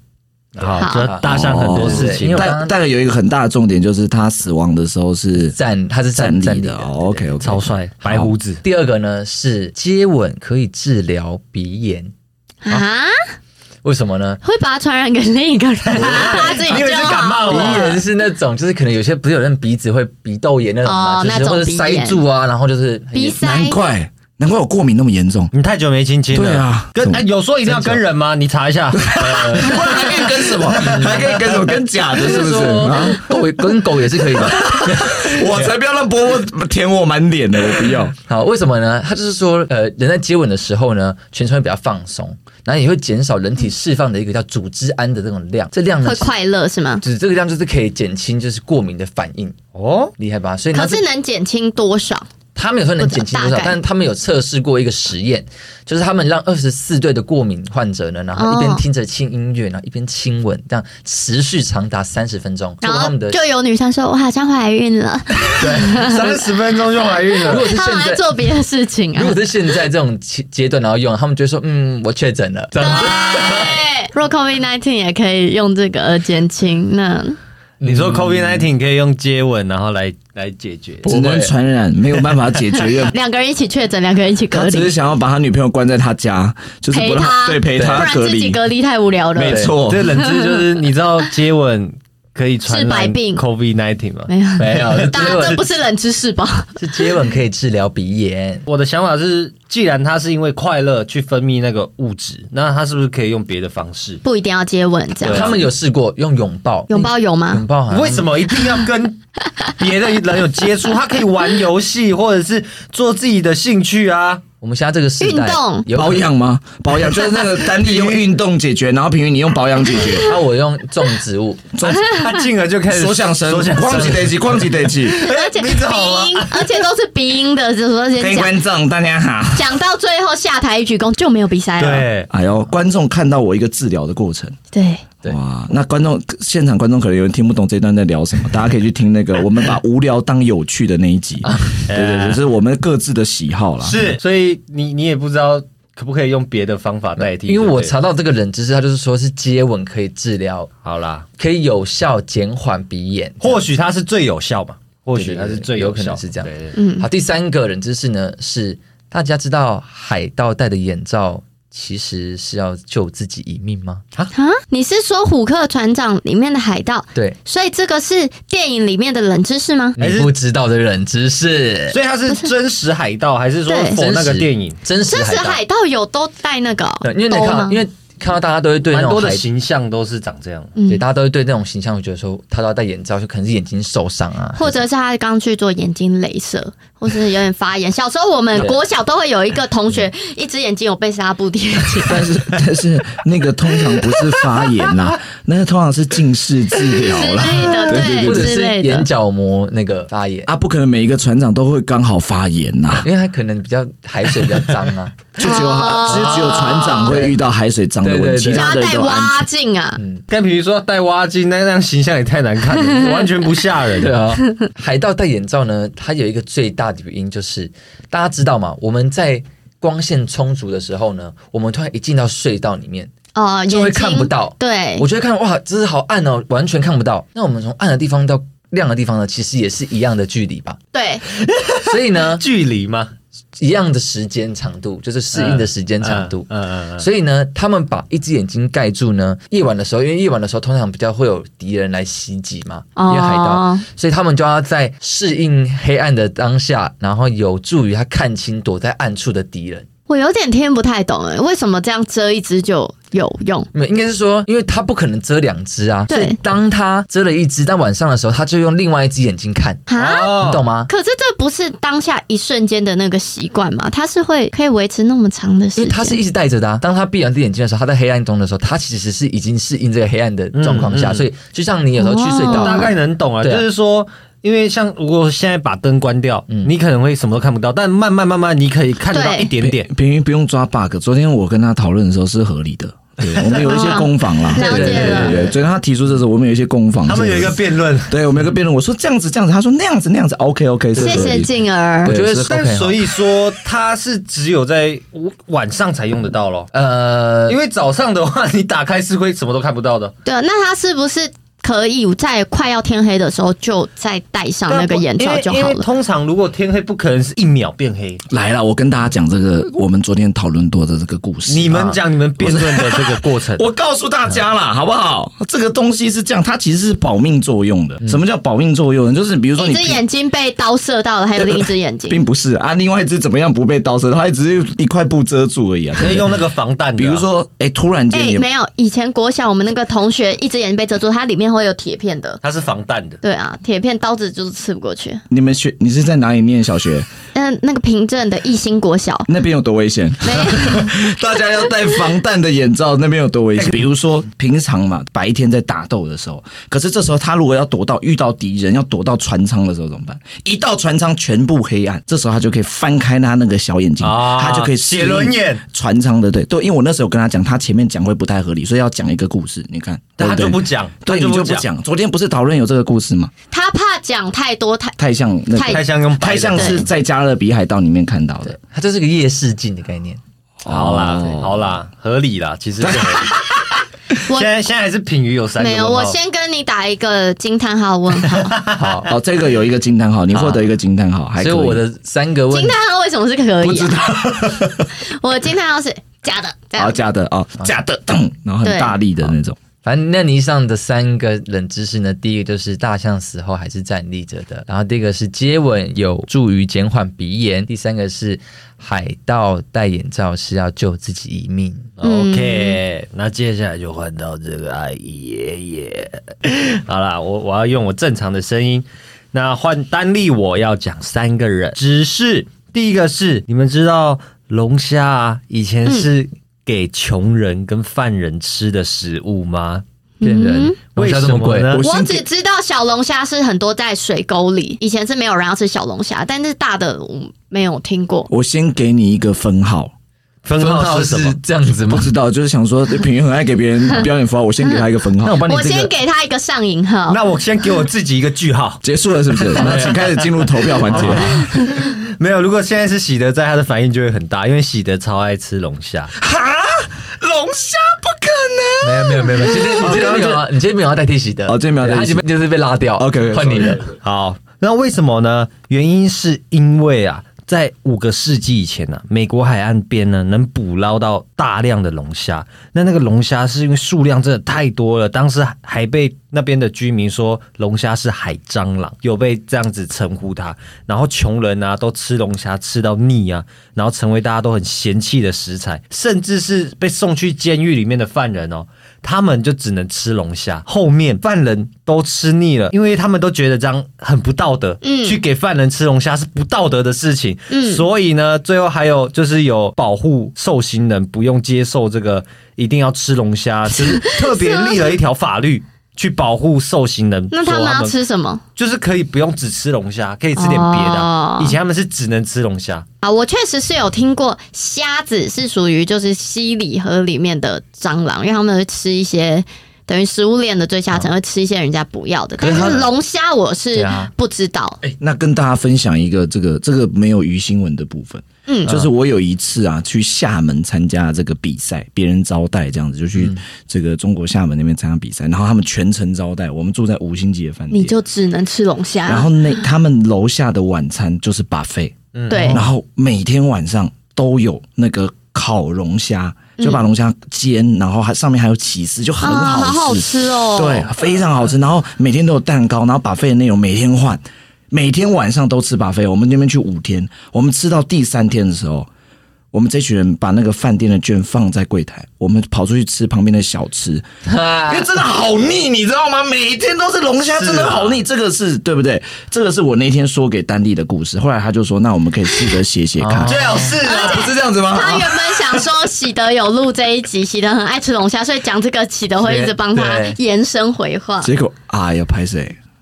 [SPEAKER 1] 好，就搭上很多事情。
[SPEAKER 4] 但但有一个很大的重点就是他死亡的时候是
[SPEAKER 3] 站，他是
[SPEAKER 4] 站
[SPEAKER 3] 站
[SPEAKER 4] 立的。OK OK，
[SPEAKER 1] 超帅，白胡子。
[SPEAKER 3] 第二个呢是接吻可以治疗鼻炎
[SPEAKER 2] 啊？
[SPEAKER 3] 为什么呢？
[SPEAKER 2] 会把它传染给另一个人，他自己就好。
[SPEAKER 3] 鼻炎是那种，就是可能有些不是有人鼻子会鼻窦炎那种嘛，
[SPEAKER 2] 哦，
[SPEAKER 3] 就是或者塞住啊，然后就是
[SPEAKER 2] 鼻塞。
[SPEAKER 4] 难怪。难怪我过敏那么严重，
[SPEAKER 1] 你太久没亲亲了。
[SPEAKER 4] 对啊，
[SPEAKER 1] 跟、欸、有说一定要跟人吗？你查一下。
[SPEAKER 4] 还可以跟什么？还可以跟什么？跟假的，是不是？啊，
[SPEAKER 3] 狗跟狗也是可以的。
[SPEAKER 4] 我才不要让波波舔我满脸的，我不要。
[SPEAKER 3] 好，为什么呢？他就是说，呃，人在接吻的时候呢，全身会比较放松，然后也会减少人体释放的一个叫组织胺的这种量。这量呢
[SPEAKER 2] 会快乐是吗？
[SPEAKER 3] 就是这个量就是可以减轻就是过敏的反应。哦，厉害吧？所以
[SPEAKER 2] 可是能减轻多少？
[SPEAKER 3] 他们有说能减轻多少，但是他们有测试过一个实验，就是他们让二十四对的过敏患者呢，然后一边听着轻音乐，然后一边亲吻，这样持续长达三十分钟。
[SPEAKER 2] 然后就有女生说：“我好像怀孕了。”
[SPEAKER 1] 对，三十分钟就怀孕了。
[SPEAKER 3] 如果是现在
[SPEAKER 2] 做别的事情啊，
[SPEAKER 3] 如果是现在这种阶段然后用，他们就会说：“嗯，我确诊了。”这样子。
[SPEAKER 2] 如果 COVID 十九 也可以用这个减轻，那。
[SPEAKER 1] 你说 COVID 十九 可以用接吻然后来来解决，
[SPEAKER 4] 只能传染，没有办法解决。
[SPEAKER 2] 两个人一起确诊，两个人一起隔离。
[SPEAKER 4] 他只是想要把他女朋友关在他家，就是不让对陪他隔离，
[SPEAKER 2] 不然自己隔离太无聊了。
[SPEAKER 4] 没错，
[SPEAKER 1] 这冷知就是你知道接吻可以传染 COVID 十九 吗？
[SPEAKER 2] 没有
[SPEAKER 3] 没有，
[SPEAKER 2] 当然这不是冷知识吧？
[SPEAKER 3] 是接吻可以治疗鼻炎。
[SPEAKER 1] 我的想法是，既然它是因为快乐去分泌那个物质，那它是不是可以用别的方式？
[SPEAKER 2] 不一定要接吻这样。
[SPEAKER 3] 他们有试过用拥抱，
[SPEAKER 2] 拥抱有吗？
[SPEAKER 3] 拥抱
[SPEAKER 1] 为什么一定要跟别的人有接触？他可以玩游戏，或者是做自己的兴趣啊。
[SPEAKER 3] 我们现在这个时代，
[SPEAKER 2] 运动
[SPEAKER 4] 保养吗？保养就是那个丹妮用运动解决，然后平云你用保养解决。
[SPEAKER 3] 那、啊、我用种植物，
[SPEAKER 1] 种他进而就开始
[SPEAKER 4] 说相声，光起得起，光起得起，
[SPEAKER 2] 而且鼻音，而且都是鼻音的，就是说
[SPEAKER 4] 跟观众大家好。
[SPEAKER 2] 讲到最后下台一鞠躬就没有鼻塞了。
[SPEAKER 1] 对，
[SPEAKER 4] 哎呦，观众看到我一个治疗的过程。
[SPEAKER 2] 对。
[SPEAKER 4] 哇，那观众现场观众可能有人听不懂这段在聊什么，大家可以去听那个我们把无聊当有趣的那一集，对对对，就是我们各自的喜好啦。
[SPEAKER 1] 是，所以你你也不知道可不可以用别的方法代替？
[SPEAKER 3] 因为我查到这个冷知识，他就是说是接吻可以治疗，
[SPEAKER 1] 好啦，
[SPEAKER 3] 可以有效减缓鼻炎，
[SPEAKER 1] 或许它是最有效嘛，或许它是最有效，
[SPEAKER 3] 有可能是这样。
[SPEAKER 1] 对对对
[SPEAKER 2] 嗯，
[SPEAKER 3] 好，第三个冷知识呢是大家知道海盗戴的眼罩其实是要救自己一命吗？
[SPEAKER 2] 啊，你是说虎克船长里面的海盗？
[SPEAKER 3] 对，
[SPEAKER 2] 所以这个是电影里面的冷知识吗？
[SPEAKER 3] 你不知道的冷知识。
[SPEAKER 1] 所以他是真实海盗，还是说否那个电影？
[SPEAKER 3] 真实
[SPEAKER 2] 真实海盗有都戴那个、哦？
[SPEAKER 3] 对，因为你看，因为看到大家都会对那种
[SPEAKER 1] 蛮多的形象都是长这样，
[SPEAKER 2] 嗯、
[SPEAKER 3] 对，大家都会对那种形象会觉得说他都要戴眼罩，就可能是眼睛受伤啊，
[SPEAKER 2] 或者是他刚去做眼睛雷射，或是有点发炎。小时候我们国小都会有一个同学，一只眼睛有被纱布贴起，
[SPEAKER 4] 但是但是那个通常不是发炎啦，那个通常是近视治疗啦，
[SPEAKER 2] 对对对，
[SPEAKER 3] 或者是眼角膜那个发炎
[SPEAKER 4] 啊，不可能每一个船长都会刚好发炎呐，
[SPEAKER 3] 因为他可能比较海水比较脏啊，
[SPEAKER 4] 就只有其实只有船长会遇到海水脏的问题，其他的
[SPEAKER 2] 带蛙镜啊，
[SPEAKER 1] 嗯，但比如说戴蛙镜，那样形象也太难看了，完全不吓人。
[SPEAKER 3] 对啊，海盗戴眼罩呢，它有一个最大的原因就是大家知道嘛，我们在光线充足的时候呢，我们突然一进到隧道里面。
[SPEAKER 2] 哦，
[SPEAKER 3] 就会看不到。
[SPEAKER 2] 对，
[SPEAKER 3] 我觉得看哇，这是好暗哦，完全看不到。那我们从暗的地方到亮的地方呢，其实也是一样的距离吧？
[SPEAKER 2] 对，
[SPEAKER 3] 所以呢，
[SPEAKER 1] 距离吗？
[SPEAKER 3] 一样的时间长度，就是适应的时间长度。
[SPEAKER 1] 嗯嗯嗯。
[SPEAKER 3] 所以呢，他们把一只眼睛盖住呢，夜晚的时候，因为夜晚的时候通常比较会有敌人来袭击嘛，
[SPEAKER 2] 哦、
[SPEAKER 3] 因为海盗，所以他们就要在适应黑暗的当下，然后有助于他看清躲在暗处的敌人。
[SPEAKER 2] 我有点听不太懂哎，为什么这样遮一只就有用？
[SPEAKER 3] 没有，应该是说，因为他不可能遮两只啊，
[SPEAKER 2] 对。
[SPEAKER 3] 所以当他遮了一只，但晚上的时候，他就用另外一只眼睛看，
[SPEAKER 2] 啊，
[SPEAKER 3] 你懂吗？
[SPEAKER 2] 可是这不是当下一瞬间的那个习惯嘛？他是会可以维持那么长的时间，
[SPEAKER 3] 因为他是一直戴着的啊。当他闭完眼睛的时候，他在黑暗中的时候，他其实是已经适应这个黑暗的状况下，嗯嗯、所以就像你有时候去隧道，
[SPEAKER 1] 哦、大概能懂啊，就是说。因为像如果现在把灯关掉，嗯、你可能会什么都看不到，但慢慢慢慢你可以看得到一点点。
[SPEAKER 4] 平平不用抓 bug。昨天我跟他讨论的时候是合理的， 对，我们有一些攻防啦。
[SPEAKER 2] 了解了。
[SPEAKER 4] 对对对，所以他提出这是我们有一些攻防。
[SPEAKER 1] 他们有一个辩论，
[SPEAKER 4] 对我们有一个辩论。我说这样子这样子，他说那样子那样子 ，OK OK。
[SPEAKER 2] 谢谢静儿。
[SPEAKER 3] 我觉得，
[SPEAKER 1] 但所以说它是只有在晚上才用得到咯。呃，因为早上的话，你打开是会什么都看不到的。
[SPEAKER 2] 对，那它是不是可以在快要天黑的时候就再戴上那个眼罩就好了？
[SPEAKER 1] 因为通常如果天黑，不可能是一秒变黑。
[SPEAKER 4] 来了，我跟大家讲这个我们昨天讨论多的这个故事。
[SPEAKER 1] 你们讲你们辩论的这个过程，
[SPEAKER 4] 我告诉大家啦，好不好？这个东西是这样，它其实是保命作用的。什么叫保命作用呢？就是比如说你
[SPEAKER 2] 一只眼睛被刀射到了，还有另一只眼睛，
[SPEAKER 4] 并不是啊，另外一只怎么样不被刀射，它只是一块布遮住而已啊。
[SPEAKER 1] 可以用那个防弹的，
[SPEAKER 4] 比如说，哎，突然间
[SPEAKER 2] 哎，没有，以前国小我们那个同学一只眼睛被遮住，它里面会有铁片的。
[SPEAKER 1] 它是防弹的，
[SPEAKER 2] 对啊，铁片刀子就是刺不过去。
[SPEAKER 4] 你们学，你是在哪里念小学？
[SPEAKER 2] 嗯、呃，那个平镇的义兴国小
[SPEAKER 4] 那边有多危险？大家要戴防弹的眼罩，那边有多危险？比如说平常嘛，白天在打斗的时候，可是这时候他如果要躲到遇到敌人，要躲到船舱的时候怎么办？一到船舱全部黑暗，这时候他就可以翻开他那个小眼睛，啊、他就可以
[SPEAKER 1] 写轮眼
[SPEAKER 4] 船舱的对对，因为我那时候跟他讲，他前面讲会不太合理，所以要讲一个故事。你看，
[SPEAKER 1] 但他就不讲，
[SPEAKER 4] 对，你就不讲。昨天不是讨论有这个故事吗？
[SPEAKER 2] 他怕讲太多，太
[SPEAKER 4] 太像那
[SPEAKER 2] 太
[SPEAKER 1] 太像用
[SPEAKER 4] 太像是在加勒比海盗里面看到的，
[SPEAKER 3] 它这是个夜视镜的概念。
[SPEAKER 1] 好啦，好啦，合理啦，其实是合理。现在现在还是品鱼有三个
[SPEAKER 2] 没有，我先跟你打一个惊叹号问号。
[SPEAKER 4] 好，好，这个有一个惊叹号，你获得一个惊叹号，还可以。
[SPEAKER 3] 所以我的三个问
[SPEAKER 2] 惊叹号为什么是可以、啊？
[SPEAKER 4] 不知道。
[SPEAKER 2] 我的惊叹号是假的，
[SPEAKER 4] 好，假的哦，假的，噔，然后很大力的那种。
[SPEAKER 3] 反正那你上的三个冷知识呢，第一个就是大象死后还是站立着的，然后第二个是接吻有助于减缓鼻炎，第三个是海盗戴眼罩是要救自己一命。
[SPEAKER 1] OK， 那接下来就换到这个阿姨爷爷。好啦，我我要用我正常的声音。那换单例，我要讲三个人，只是第一个是你们知道龙虾啊，以前是、嗯。给穷人跟犯人吃的食物吗？
[SPEAKER 3] 骗人，龙虾这么贵呢？
[SPEAKER 2] 我只知道小龙虾是很多在水沟里，以前是没有人要吃小龙虾，但是大的我没有听过。
[SPEAKER 4] 我先给你一个分号，
[SPEAKER 3] 分号是什么？这样子吗？
[SPEAKER 4] 不知道，就是想说品瑜很爱给别人表演符号，我先给他一个分号。
[SPEAKER 1] 那我帮你、
[SPEAKER 2] 这个，我先给他一个上引号。
[SPEAKER 1] 那我先给我自己一个句号。
[SPEAKER 4] 结束了是不是？那请开始进入投票环节。
[SPEAKER 1] 没有，如果现在是喜德在，他的反应就会很大，因为喜德超爱吃龙虾。
[SPEAKER 4] 哈，龙虾不可能！
[SPEAKER 3] 没有没有没有，今天你今天没有，你今天没有要代替喜德，
[SPEAKER 4] 哦，今天没有代替喜德，
[SPEAKER 3] 他就是被拉掉。
[SPEAKER 4] OK，
[SPEAKER 3] 换你了。
[SPEAKER 1] 好，那为什么呢？原因是因为啊，在五个世纪以前呢、啊，美国海岸边呢能捕捞到大量的龙虾。那那个龙虾是因为数量真的太多了，当时还被那边的居民说龙虾是海蟑螂，有被这样子称呼它。然后穷人啊都吃龙虾吃到腻啊，然后成为大家都很嫌弃的食材，甚至是被送去监狱里面的犯人哦。他们就只能吃龙虾，后面犯人都吃腻了，因为他们都觉得这样很不道德，嗯，去给犯人吃龙虾是不道德的事情，嗯，所以呢，最后还有就是有保护受刑人不用接受这个一定要吃龙虾，就是特别立了一条法律。去保护受刑人。
[SPEAKER 2] 那他们要吃什么？
[SPEAKER 1] 就是可以不用只吃龙虾，可以吃点别的、啊。哦、以前他们是只能吃龙虾
[SPEAKER 2] 啊。我确实是有听过，虾子是属于就是溪里河里面的蟑螂，因为他们会吃一些等于食物链的最下层，会吃一些人家不要的。但是龙虾我是不知道。
[SPEAKER 4] 哎、欸，那跟大家分享一个这个这个没有鱼新闻的部分。嗯，就是我有一次啊，去厦门参加这个比赛，别人招待这样子，就去这个中国厦门那边参加比赛，然后他们全程招待，我们住在五星级的饭店，
[SPEAKER 2] 你就只能吃龙虾。
[SPEAKER 4] 然后那他们楼下的晚餐就是 buffet，
[SPEAKER 2] 对，
[SPEAKER 4] 然后每天晚上都有那个烤龙虾，就把龙虾煎，然后还上面还有起司，就很好吃，啊、
[SPEAKER 2] 好好吃哦，
[SPEAKER 4] 对，非常好吃。然后每天都有蛋糕，然后 buffet的内容每天换。每天晚上都吃 buffet， 我们那边去五天，我们吃到第三天的时候，我们这群人把那个饭店的券放在柜台，我们跑出去吃旁边的小吃，因为真的好腻，你知道吗？每天都是龙虾，真的好腻。这个是对不对？这个是我那天说给丹弟的故事。后来他就说，那我们可以试着写写看。
[SPEAKER 1] 最好是啊，
[SPEAKER 4] 不是这样子吗？
[SPEAKER 2] 他原本想说喜德有录这一集，喜德很爱吃龙虾，所以讲这个喜德会一直帮他延伸回话。
[SPEAKER 4] 结果哎呀，拍谁？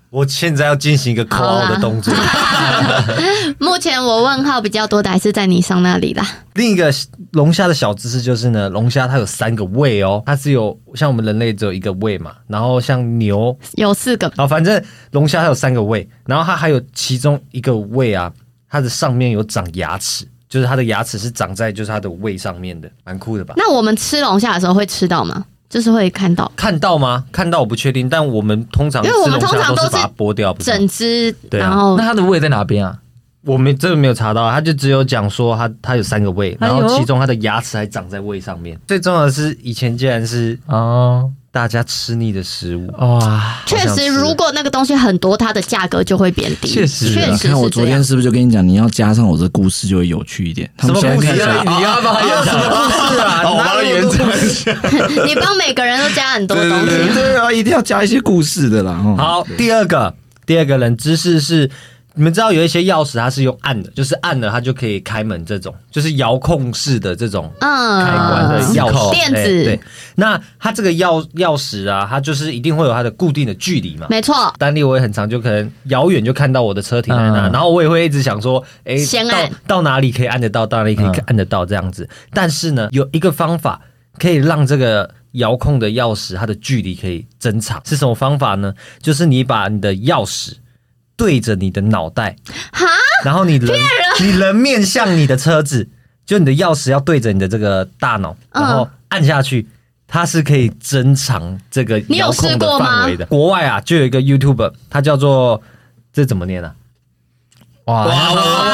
[SPEAKER 1] 我现在要进行一个扣奥的动作。
[SPEAKER 2] 目前我问号比较多的还是在你上那里啦。
[SPEAKER 1] 另一个龙虾的小知识就是呢，龙虾它有三个胃哦，它是有像我们人类只有一个胃嘛，然后像牛
[SPEAKER 2] 有四个，
[SPEAKER 1] 好，反正龙虾它有三个胃，然后它还有其中一个胃啊，它的上面有长牙齿，就是它的牙齿是长在就是它的胃上面的，蛮酷的吧？
[SPEAKER 2] 那我们吃龙虾的时候会吃到吗？就是会看到
[SPEAKER 1] 看到吗？看到我不确定，但我们通常吃
[SPEAKER 2] 因为我们
[SPEAKER 1] 龙虾
[SPEAKER 2] 通常都是
[SPEAKER 1] 都是把它剥掉，不是吗
[SPEAKER 2] 整只，
[SPEAKER 1] 对啊
[SPEAKER 2] 然后
[SPEAKER 3] 那它的胃在哪边啊？
[SPEAKER 1] 我们这个没有查到，他就只有讲说他他有三个胃，
[SPEAKER 3] 哎呦
[SPEAKER 1] 然后其中他的牙齿还长在胃上面。最重要的是，以前竟然是
[SPEAKER 3] 哦，
[SPEAKER 1] 大家吃腻的食物。
[SPEAKER 3] 哇，
[SPEAKER 2] 确实，
[SPEAKER 1] 好像是
[SPEAKER 2] 如果那个东西很多，它的价格就会变低。
[SPEAKER 3] 确实
[SPEAKER 2] 确实是
[SPEAKER 4] 你看我昨
[SPEAKER 2] 这样。
[SPEAKER 4] 天是不是就跟你讲，你要加上我这故事就会有趣一点？他
[SPEAKER 1] 什么故事
[SPEAKER 4] 们现在看起
[SPEAKER 1] 啊？
[SPEAKER 4] 来
[SPEAKER 3] 你要帮他
[SPEAKER 1] 有什么故事啊？
[SPEAKER 4] 好我帮他圆场一下。
[SPEAKER 2] 你帮每个人都加很多东西。
[SPEAKER 4] 对啊，一定要加一些故事的啦。哦
[SPEAKER 1] 好，第二个第二个冷知识是，你们知道有一些钥匙它是用按的，就是按了它就可以开门，这种就是遥控式的这种
[SPEAKER 2] 嗯，
[SPEAKER 1] 开关的钥匙，
[SPEAKER 2] 电子
[SPEAKER 1] 哎对，那它这个钥钥匙啊，它就是一定会有它的固定的距离嘛。
[SPEAKER 2] 没错。
[SPEAKER 1] 丹利我也很常就可能遥远就看到我的车停在那，
[SPEAKER 3] 嗯
[SPEAKER 1] 然后我也会一直想说，哎、到
[SPEAKER 2] 先按
[SPEAKER 1] 到哪里可以按得到，到哪里可以
[SPEAKER 3] 嗯
[SPEAKER 1] 按得到这样子。但是呢，有一个方法可以让这个遥控的钥匙它的距离可以增长，是什么方法呢？就是你把你的钥匙对着你的脑袋，
[SPEAKER 2] 哈，
[SPEAKER 1] 然后你人你人面向你的车子，就你的钥匙要对着你的这个大脑，
[SPEAKER 2] 嗯
[SPEAKER 1] 然后按下去。它是可以增长这个
[SPEAKER 2] 你有
[SPEAKER 1] 遥控的
[SPEAKER 2] 试过吗
[SPEAKER 1] 范围的。国外啊，就有一个 YouTuber， 他叫做这怎么念啊？
[SPEAKER 3] 哇哇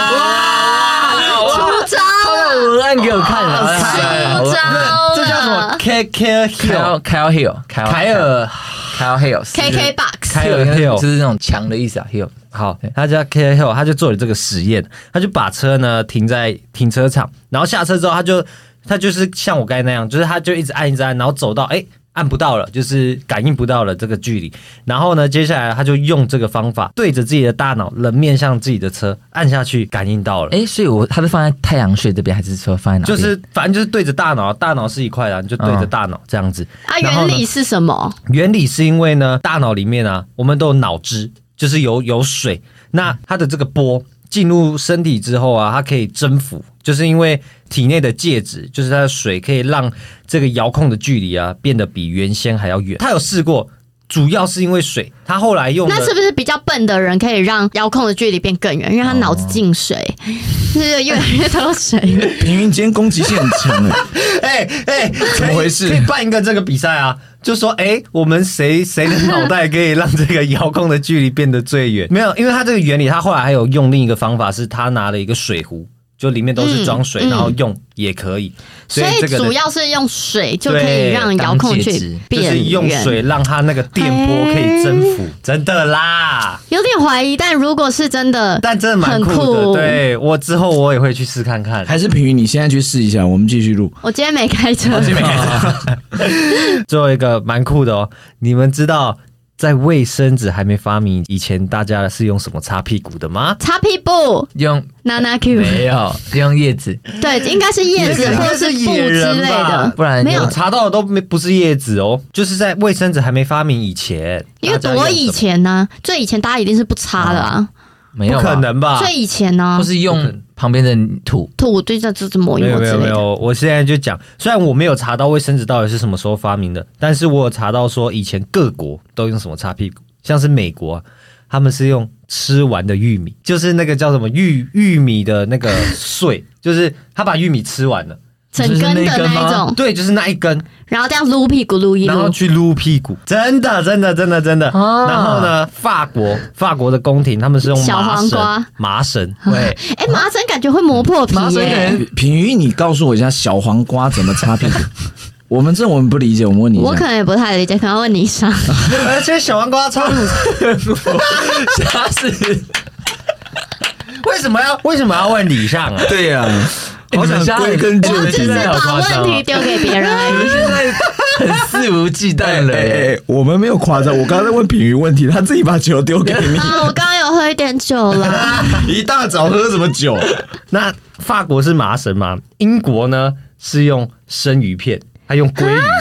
[SPEAKER 2] 出招了，
[SPEAKER 3] 文案给我看
[SPEAKER 2] 出
[SPEAKER 3] 了，
[SPEAKER 2] 招
[SPEAKER 1] 这叫什么
[SPEAKER 2] 了
[SPEAKER 1] ？K K Hill，
[SPEAKER 3] Kyle Hill，
[SPEAKER 1] 凯尔
[SPEAKER 3] Kyle Hill，
[SPEAKER 2] ！K K Box，
[SPEAKER 1] 凯尔 Hill
[SPEAKER 3] 就是那种强的意思啊，Hill。
[SPEAKER 1] 好，他叫 K K Hill， 他就做了这个实验，他就把车呢停在停车场，然后下车之后，他就他就是像我刚才那样，就是他就一直按一直按，然后走到哎。诶按不到了，就是感应不到了这个距离。然后呢，接下来他就用这个方法对着自己的大脑，人面向自己的车按下去，感应到了。
[SPEAKER 3] 哎，所以我它是放在太阳穴这边，还是说放在哪边？
[SPEAKER 1] 就是反正就是对着大脑，大脑是一块的，你就对着大脑这样子。
[SPEAKER 2] 啊，
[SPEAKER 1] 然后呢
[SPEAKER 2] 原理是什么？
[SPEAKER 1] 原理是因为呢，大脑里面啊，我们都有脑汁，就是有有水。那它的这个波进入身体之后啊，它可以征服，就是因为体内的介质，就是它的水，可以让这个遥控的距离啊变得比原先还要远。他有试过，主要是因为水，他后来用了
[SPEAKER 2] 那是不是比较笨的人可以让遥控的距离变更远？因为他脑子进水，就是越来越多水。
[SPEAKER 4] 平云今天攻击性很强哎，
[SPEAKER 1] 哎哎，
[SPEAKER 4] 怎么回事
[SPEAKER 1] 可以可以办一个这个比赛啊，就说哎、欸，我们谁谁的脑袋可以让这个遥控的距离变得最远？没有，因为他这个原理，他后来还有用另一个方法，是他拿了一个水壶，就里面都是装水，
[SPEAKER 2] 嗯嗯
[SPEAKER 1] 然后用也可以。
[SPEAKER 2] 所以
[SPEAKER 1] 这个的
[SPEAKER 2] 主要是用水就可以让遥控距离
[SPEAKER 1] 就
[SPEAKER 2] 变
[SPEAKER 1] 是用
[SPEAKER 2] 远。
[SPEAKER 1] 水让它那个电波可以征服，真的啦。
[SPEAKER 2] 有点怀疑，但如果是真的，
[SPEAKER 1] 但真的蛮酷的，
[SPEAKER 2] 很酷
[SPEAKER 1] 对我之后我也会去试看看。
[SPEAKER 4] 还是平云你现在去试一下，我们继续录。
[SPEAKER 2] 我今天没开车，
[SPEAKER 1] 最后一个蛮酷的哦，你们知道在卫生纸还没发明以前，大家是用什么擦屁股的吗？
[SPEAKER 2] 擦屁布
[SPEAKER 3] 用
[SPEAKER 2] 娜娜 Q，
[SPEAKER 3] 没有用叶子，
[SPEAKER 2] 对，应该是叶子
[SPEAKER 1] 叶子
[SPEAKER 2] 或者是布
[SPEAKER 1] 野
[SPEAKER 2] 之类
[SPEAKER 1] 人吧
[SPEAKER 2] 的，
[SPEAKER 3] 不然
[SPEAKER 2] 没有
[SPEAKER 1] 我，查到的都没不是叶子哦，就是在卫生纸还没发明以前，
[SPEAKER 2] 因为多以前呢、最以前大家一定是不擦的啊，
[SPEAKER 3] 没有吧
[SPEAKER 1] 不可，能吧？
[SPEAKER 2] 最以前呢、
[SPEAKER 3] 或是用旁边的土。
[SPEAKER 2] 土对这这这抹一
[SPEAKER 1] 没有没
[SPEAKER 2] 抹之类的。
[SPEAKER 1] 有没有，我现在就讲，虽然我没有查到卫生纸到底是什么时候发明的，但是我有查到说以前各国都用什么擦屁股，像是美国，他们是用吃完的玉米，就是那个叫什么玉玉米的那个碎，就是他把玉米吃完了，
[SPEAKER 2] 整根的
[SPEAKER 3] 就是那一根吗
[SPEAKER 2] 那一种，
[SPEAKER 1] 对，就是那一根，
[SPEAKER 2] 然后这样撸屁股撸一撸，
[SPEAKER 1] 然后去撸屁股，真的真的真的真的。
[SPEAKER 3] 啊
[SPEAKER 1] 然后呢，法国法国的宫廷他们是用
[SPEAKER 2] 小
[SPEAKER 1] 麻
[SPEAKER 2] 黄瓜
[SPEAKER 1] 绳，麻绳，
[SPEAKER 3] 对，
[SPEAKER 2] 哎，麻绳感觉会磨破皮
[SPEAKER 3] 麻绳
[SPEAKER 2] 耶、
[SPEAKER 3] 可能
[SPEAKER 4] 平云，你告诉我一下小黄瓜怎么擦屁股？我们这我们不理解，我们问你一下。
[SPEAKER 2] 我可能也不太理解，可能要问你上。
[SPEAKER 1] 而且小黄瓜擦屁股，
[SPEAKER 3] 瞎是，
[SPEAKER 1] 为什么要为什么要问李上啊？
[SPEAKER 4] 对呀、啊，
[SPEAKER 3] 你们现在
[SPEAKER 4] 归根究底
[SPEAKER 2] 我只是
[SPEAKER 3] 好
[SPEAKER 2] 把
[SPEAKER 3] 夸张哦
[SPEAKER 2] 问题丢给别人而
[SPEAKER 3] 你们
[SPEAKER 2] 已。
[SPEAKER 3] 现在很肆无忌惮了
[SPEAKER 4] 哎
[SPEAKER 3] 耶。
[SPEAKER 4] 哎，我们没有夸张，我刚刚在问品云问题，他自己把酒丢给你，
[SPEAKER 2] 啊，我刚刚有喝一点酒啦。
[SPEAKER 4] 一大早喝什么酒？
[SPEAKER 1] 那法国是麻绳嘛？英国呢是用生鱼片，它用鲑鱼，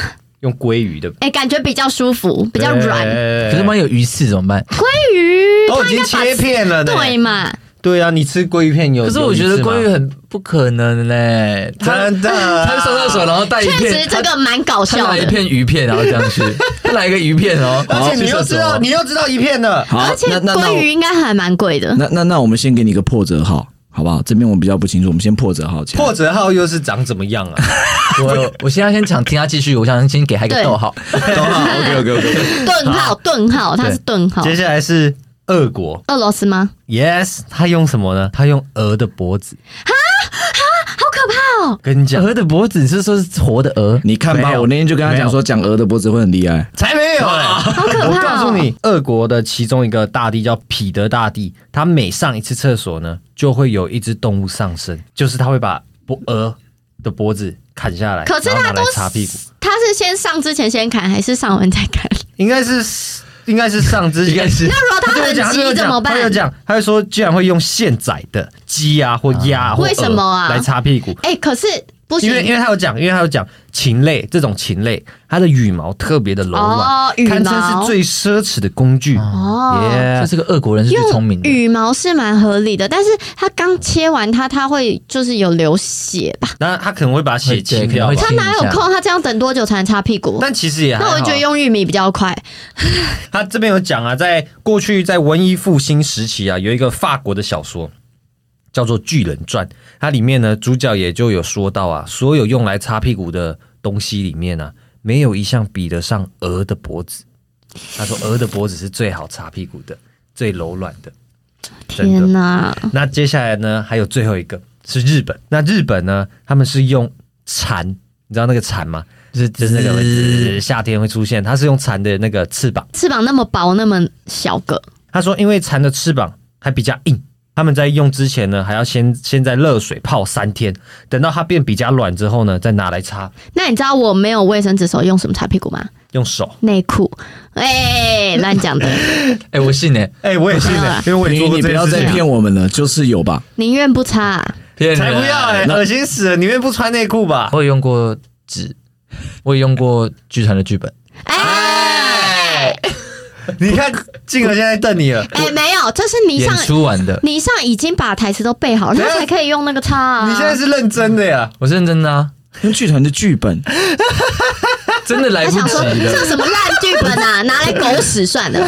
[SPEAKER 1] 用鲑鱼的，
[SPEAKER 2] 哎、感觉比较舒服，比较软。
[SPEAKER 3] 可是万一有鱼刺怎么办？
[SPEAKER 2] 鲑鱼
[SPEAKER 1] 都已经切片了呢。
[SPEAKER 2] 对嘛？
[SPEAKER 1] 对啊，你吃鲑鱼片有？
[SPEAKER 3] 可是我觉得鲑鱼很不可能嘞，
[SPEAKER 1] 真的，
[SPEAKER 3] 他上厕所然后带一片，
[SPEAKER 2] 确实这个蛮搞笑的。
[SPEAKER 3] 他拿一片鱼片然后这样吃，他来一个鱼片哦，
[SPEAKER 1] 而且你又知道，你又知道一片的，
[SPEAKER 4] 好，
[SPEAKER 2] 而且
[SPEAKER 4] 那那那
[SPEAKER 2] 鲑鱼应该还蛮贵的。
[SPEAKER 4] 那那那我们先给你一个破折号，好不好？这边我比较不清楚，我们先破折号起来。
[SPEAKER 1] 破折号又是长怎么样啊？
[SPEAKER 3] 我我现在先想听他继续，我想先给他一个逗号，
[SPEAKER 4] 逗号 ，OK OK OK。
[SPEAKER 2] 顿号，顿号，它是顿号。
[SPEAKER 1] 接下来是俄国，
[SPEAKER 2] 俄罗斯吗
[SPEAKER 1] ？Yes， 他用什么呢？他用鹅的脖子。
[SPEAKER 2] 啊啊，好可怕哦！
[SPEAKER 1] 跟你讲，
[SPEAKER 3] 鹅的脖子是说是活的鹅，
[SPEAKER 4] 你看吧，我那天就跟他讲说，讲鹅的脖子会很厉害，
[SPEAKER 1] 才没有嘞！
[SPEAKER 2] 好可怕哦！
[SPEAKER 1] 我告诉你，俄国的其中一个大帝叫彼得大帝，他每上一次厕所呢，就会有一只动物上身，就是他会把脖鹅的脖子砍下来，
[SPEAKER 2] 可是
[SPEAKER 1] 然后拿
[SPEAKER 2] 他都
[SPEAKER 1] 来擦屁股。
[SPEAKER 2] 他是先上之前先砍，还是上完再砍？
[SPEAKER 1] 应该是应该是上之前，
[SPEAKER 3] 应该是。
[SPEAKER 2] 那如果他很急怎么办？
[SPEAKER 1] 他有讲，他会说，居然会用现宰的鸡啊或鸭啊，
[SPEAKER 2] 为什么啊？
[SPEAKER 1] 来擦屁股？
[SPEAKER 2] 哎、欸，可是不行，
[SPEAKER 1] 因为因为他有讲，因为他有讲禽类这种禽类，它的羽毛特别的柔软，
[SPEAKER 2] 哦、羽毛
[SPEAKER 1] 堪称是最奢侈的工具。
[SPEAKER 2] 哦，
[SPEAKER 1] yeah
[SPEAKER 3] 所以这个俄国人是最聪明的。
[SPEAKER 2] 羽毛是蛮合理的，但是他刚切完它，他会就是有流血吧？
[SPEAKER 1] 那他可能会把血清掉吧，
[SPEAKER 3] 会
[SPEAKER 2] 他哪有空？他这样等多久才能擦屁股？
[SPEAKER 1] 但其实也还好，
[SPEAKER 2] 那我觉得用玉米比较快。
[SPEAKER 1] 他这边有讲啊，在过去在文艺复兴时期啊，有一个法国的小说叫做《巨人传》，它里面呢主角也就有说到啊，所有用来擦屁股的东西里面啊，没有一项比得上鹅的脖子。他说鹅的脖子是最好擦屁股的，最柔软的。
[SPEAKER 2] 天哪！
[SPEAKER 1] 那接下来呢，还有最后一个是日本。那日本呢，他们是用蝉，你知道那个蝉吗？就是就是那个夏天会出现，它是用蝉的那个翅膀，
[SPEAKER 2] 翅膀那么薄那么小个。
[SPEAKER 1] 他说，因为蝉的翅膀还比较硬，他们在用之前呢，还要先先在热水泡三天，等到它变比较软之后呢，再拿来擦。
[SPEAKER 2] 那你知道我没有卫生纸手用什么擦屁股吗？
[SPEAKER 1] 用手。
[SPEAKER 2] 内裤。哎，乱讲的。
[SPEAKER 3] 哎、欸，我信呢、欸，
[SPEAKER 1] 哎、欸，我也信呢、欸，因为我也做过这件事情。
[SPEAKER 4] 你不要再骗我们了，就是有吧？
[SPEAKER 2] 宁愿不擦、啊，
[SPEAKER 1] 才不要哎、欸，恶心死了！宁愿不穿内裤吧？
[SPEAKER 3] 我有用过纸，我也用过剧团的剧本。
[SPEAKER 2] 哎，
[SPEAKER 1] 你看静儿现在瞪你了。
[SPEAKER 2] 哎，没有，这是你上
[SPEAKER 3] 演出完的，
[SPEAKER 2] 你上已经把台词都背好了，他才可以用那个擦啊。
[SPEAKER 1] 你现在是认真的呀？
[SPEAKER 3] 我是认真的啊，
[SPEAKER 4] 用剧团的剧本。
[SPEAKER 3] 真的来不及了，
[SPEAKER 2] 这什么烂剧本啊？拿来狗屎算了。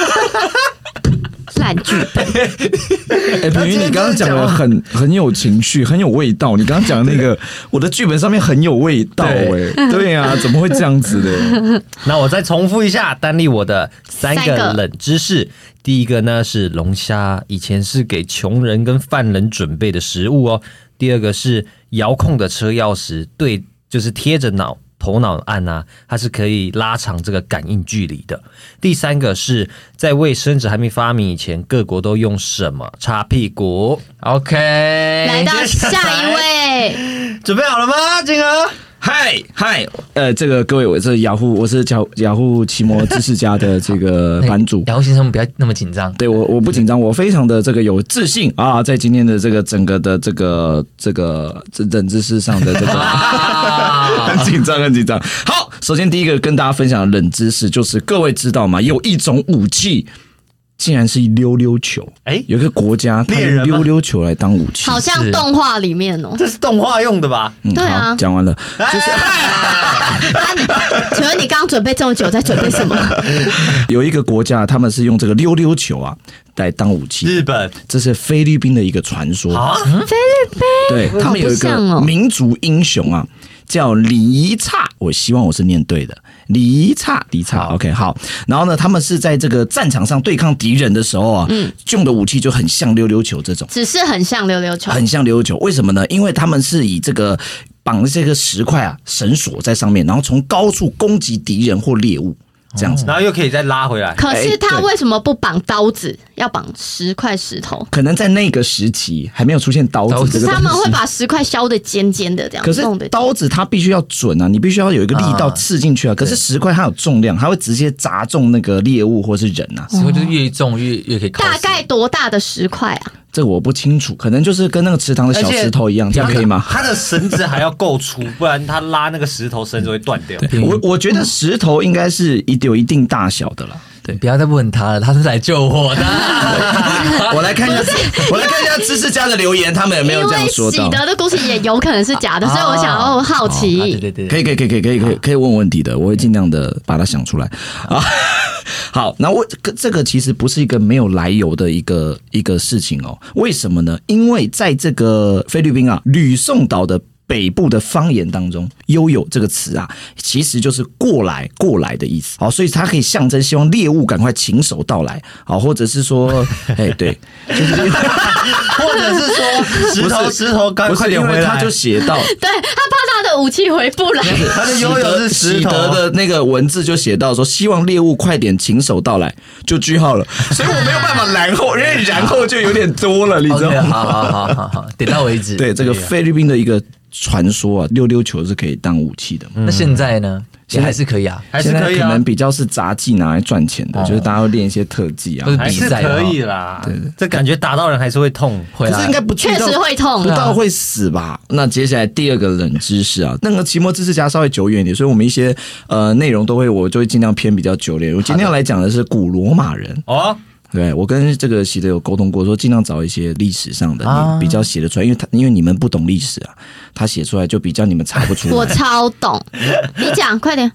[SPEAKER 2] 烂剧本。
[SPEAKER 4] 哎，平云，你刚刚讲的很很有情绪，很有味道。你刚刚讲的那个，我的剧本上面很有味道哎。对呀、啊，怎么会这样子的？
[SPEAKER 1] 那我再重复一下，丹立我的三个冷知识。第一个呢是龙虾以前是给穷人跟犯人准备的食物哦。第二个是遥控的车钥匙，对，就是贴着脑。头脑按啊，它是可以拉长这个感应距离的。第三个是在卫生纸还没发明以前，各国都用什么擦屁股
[SPEAKER 3] ？OK，
[SPEAKER 2] 来到下一位，
[SPEAKER 1] 准备好了吗，金儿？
[SPEAKER 4] 嗨嗨，呃，这个各位，我是雅虎，我是雅雅虎奇摩知识家的这个版主。
[SPEAKER 3] 雅虎先生不要那么紧张，
[SPEAKER 4] 对我我不紧张，我非常的这个有自信啊，在今天的这个整个的这个这个冷知识上的这个很紧张很紧张。好，首先第一个跟大家分享的冷知识就是，各位知道吗？有一种武器。竟然是溜溜球，哎、欸，有一个国家他用溜溜球来当武器，
[SPEAKER 2] 好像动画里面哦，
[SPEAKER 1] 这是动画用的吧？
[SPEAKER 2] 嗯、对啊，
[SPEAKER 4] 讲完了，就是。
[SPEAKER 2] 请问你刚刚准备这么久，在准备什么？
[SPEAKER 4] 有一个国家，他们是用这个溜溜球啊来当武器。
[SPEAKER 1] 日本，
[SPEAKER 4] 这是菲律宾的一个传说
[SPEAKER 1] 啊。
[SPEAKER 2] 菲律宾，
[SPEAKER 4] 对他们有一个民族英雄啊。叫李差，我希望我是念对的，李差，李差 ，OK， 好。然后呢，他们是在这个战场上对抗敌人的时候啊，嗯，用的武器就很像溜溜球这种，
[SPEAKER 2] 只是很像溜溜球，
[SPEAKER 4] 很像溜溜球。为什么呢？因为他们是以这个绑这个石块啊，绳索在上面，然后从高处攻击敌人或猎物。这样子，
[SPEAKER 1] 然后又可以再拉回来。
[SPEAKER 2] 可是他为什么不绑刀子，要绑十块石头？
[SPEAKER 4] 可能在那个时期还没有出现刀子这个东西，
[SPEAKER 2] 他们会把石块削得尖尖的这样。
[SPEAKER 4] 可是刀子它必须要准啊，你必须要有一个力道刺进去啊。可是石块它有重量，它会直接砸中那个猎物或是人啊。
[SPEAKER 3] 石块就是越重越越可以。
[SPEAKER 2] 大概多大的石块啊？
[SPEAKER 4] 这个我不清楚，可能就是跟那个池塘的小石头一样，这样可以吗？
[SPEAKER 1] 它的绳子还要够粗，不然它拉那个石头绳子会断掉。
[SPEAKER 4] 我我觉得石头应该是有一定大小的啦。对，
[SPEAKER 3] 不要再问他了，他是来救我的。
[SPEAKER 4] 我来看一下，我来看一下知识家的留言，他们有没有这样说到？
[SPEAKER 2] 因为喜德的故事也有可能是假的，所以我想要好奇。
[SPEAKER 3] 哦、对对对，
[SPEAKER 4] 可以可以可以可以可以可以可以问问题的，我会尽量的把它想出来啊。好，那我这个其实不是一个没有来由的一个一个事情哦。为什么呢？因为在这个菲律宾啊，吕宋岛的北部的方言当中，悠悠这个词啊，其实就是过来过来的意思。好，所以它可以象征希望猎物赶快禽手到来，好，或者是说，哎，对，就是
[SPEAKER 1] 或者是说石头石头赶快点回来。
[SPEAKER 4] 他就写到，
[SPEAKER 2] 对他怕他的武器回不来，
[SPEAKER 1] 他的悠悠是石头
[SPEAKER 4] 喜德的那个文字就写到说，希望猎物快点禽手到来，就句号了。所以我没有办法然后，因为然后就有点多了，你知道吗？
[SPEAKER 3] Okay, 好好好好好，点到为止。
[SPEAKER 4] 对，这个菲律宾的一个传说啊，溜溜球是可以当武器的。
[SPEAKER 3] 嗯、那现在呢？也还是可以啊，
[SPEAKER 1] 还是可以啊。
[SPEAKER 4] 现在可能比较是杂技拿来赚钱的，哦、就是大家会练一些特技啊，
[SPEAKER 1] 还是可以啦。对，这感觉打到人还是会痛，
[SPEAKER 4] 可是应该不
[SPEAKER 2] 确实会痛，
[SPEAKER 4] 不到会死吧？那接下来第二个冷知识啊，那个期末知识家稍微久远一点，所以我们一些呃内容都会，我就会尽量偏比较久一点。我今天要来讲的是古罗马人哦。对，我跟这个喜德有沟通过，说尽量找一些历史上的，啊、你比较写得出来，因为他因为你们不懂历史啊，他写出来就比较你们查不出来。
[SPEAKER 2] 我超懂，你讲快点。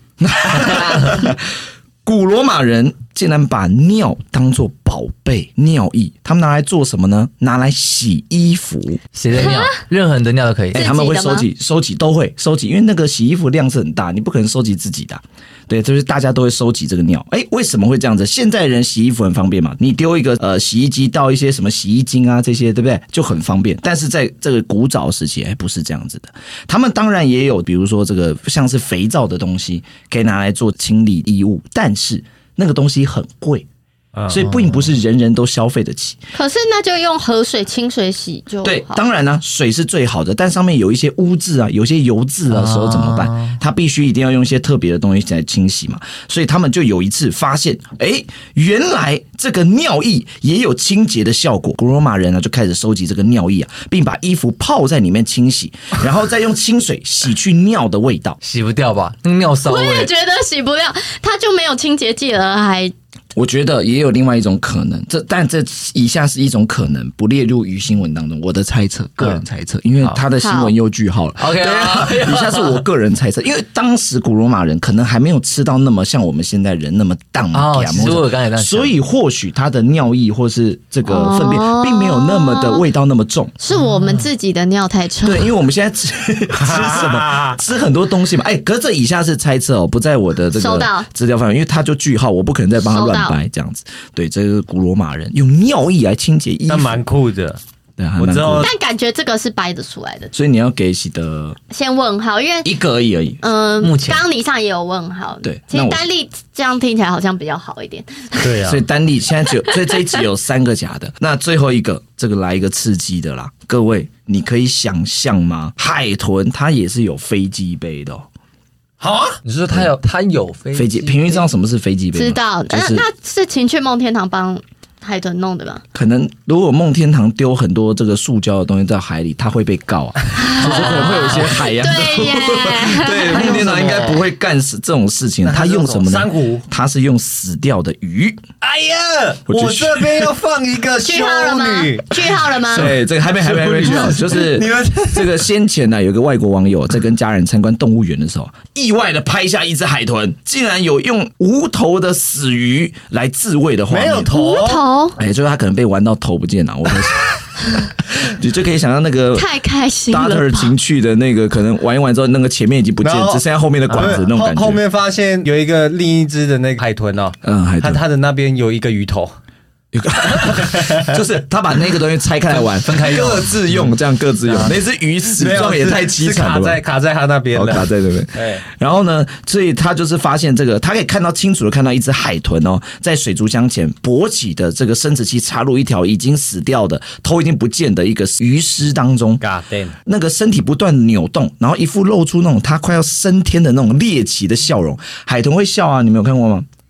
[SPEAKER 4] 古罗马人竟然把尿当作宝贝，尿液，他们拿来做什么呢？拿来洗衣服。
[SPEAKER 3] 谁的尿？任何人的尿都可以。
[SPEAKER 4] 欸、他们会收集，收集都会收集，因为那个洗衣服量是很大，你不可能收集自己的。对，就是大家都会收集这个尿。哎，为什么会这样子？现在人洗衣服很方便嘛，你丢一个呃洗衣机到一些什么洗衣精啊这些，对不对？就很方便。但是在这个古早时期，哎，不是这样子的。他们当然也有，比如说这个像是肥皂的东西，可以拿来做清理衣物，但是那个东西很贵。所以并不是人人都消费得起。
[SPEAKER 2] 可是那就用河水、清水洗就好。
[SPEAKER 4] 对，当然呢、啊，水是最好的，但上面有一些污渍啊，有些油渍啊的时候怎么办？他必须一定要用一些特别的东西来清洗嘛。所以他们就有一次发现，哎，原来这个尿液也有清洁的效果。古罗马人呢就开始收集这个尿液啊，并把衣服泡在里面清洗，然后再用清水洗去尿的味道。
[SPEAKER 3] 洗不掉吧？那尿骚味。
[SPEAKER 2] 我也觉得洗不掉，它就没有清洁剂了，还。
[SPEAKER 4] 我觉得也有另外一种可能，这但这以下是一种可能，不列入于新闻当中。我的猜测，个人猜测，因为他的新闻又句号了。
[SPEAKER 3] OK，
[SPEAKER 4] 以下是我个人猜测，因为当时古罗马人可能还没有吃到那么像我们现在人那么淡
[SPEAKER 3] 哦，其实我刚才这样想，
[SPEAKER 4] 所以或许他的尿液或是这个粪便并没有那么的味道那么重，
[SPEAKER 2] 是我们自己的尿太臭。
[SPEAKER 4] 对，因为我们现在吃吃什么，吃很多东西嘛。哎，可是这以下是猜测哦，不在我的这个资料范围，因为他就句号，我不可能再帮他乱。这样子，对，这个古罗马人用尿液来清洁衣服，
[SPEAKER 1] 那蛮酷的。
[SPEAKER 4] 对，
[SPEAKER 1] 我知道，
[SPEAKER 2] 但感觉这个是掰得出来的，
[SPEAKER 4] 所以你要给喜德
[SPEAKER 2] 先问号，因为
[SPEAKER 4] 一个而已而已。
[SPEAKER 2] 嗯、呃，
[SPEAKER 3] 目前
[SPEAKER 2] 刚刚你上也有问号，
[SPEAKER 4] 对，
[SPEAKER 2] 其实丹立这样听起来好像比较好一点。
[SPEAKER 1] 对啊，
[SPEAKER 4] 所以丹立现在只有，所以这一集有三个假的，那最后一个这个来一个刺激的啦，各位，你可以想象吗？海豚它也是有飞机杯的、哦。
[SPEAKER 3] 好啊！你是说他有他有飞机？
[SPEAKER 4] 飞机，平云知道什么是飞机杯吗？
[SPEAKER 2] 知道，
[SPEAKER 4] 就是、
[SPEAKER 2] 那那是情趣梦天堂帮海豚弄的吧？
[SPEAKER 4] 可能如果梦天堂丢很多这个塑胶的东西在海里，它会被告啊，就是可能会有一些海洋的。
[SPEAKER 2] 对耶，
[SPEAKER 4] 对，梦天堂应该不会干死这种事情。他用什么呢？珊瑚，他是用死掉的鱼。
[SPEAKER 1] 哎呀，我, 我这边要放一个
[SPEAKER 2] 句号了吗？句号了吗？
[SPEAKER 4] 对，这个还没还没还没句号，就是你们这个先前呢、啊，有个外国网友在跟家人参观动物园的时候，意外的拍下一只海豚，竟然有用无头的死鱼来自慰的画面，
[SPEAKER 1] 没有头，
[SPEAKER 2] 无头，
[SPEAKER 4] 哎，就是他可能被玩到头不见了，我在想。你就可以想象那个
[SPEAKER 2] 太开心了
[SPEAKER 4] ，Starter 情趣的那个，可能玩一玩之后，那个前面已经不见，只剩下后面的管子那种感觉。
[SPEAKER 1] 后, 后面发现有一个另一只的那个海豚哦，
[SPEAKER 4] 嗯，海豚，
[SPEAKER 1] 它它的那边有一个鱼头。
[SPEAKER 4] 就是他把那个东西拆开来玩，分开各自用，这样各自用。那只鱼死状也太凄惨了吧？
[SPEAKER 1] 卡在卡在他那边了，
[SPEAKER 4] 卡在这边。然后呢，所以他就是发现这个，他可以看到清楚的看到一只海豚哦，在水族箱前勃起的这个生殖器插入一条已经死掉的、头已经不见的一个鱼尸当中，那个身体不断扭动，然后一副露出那种他快要升天的那种猎奇的笑容。海豚会笑啊，你没有看过吗？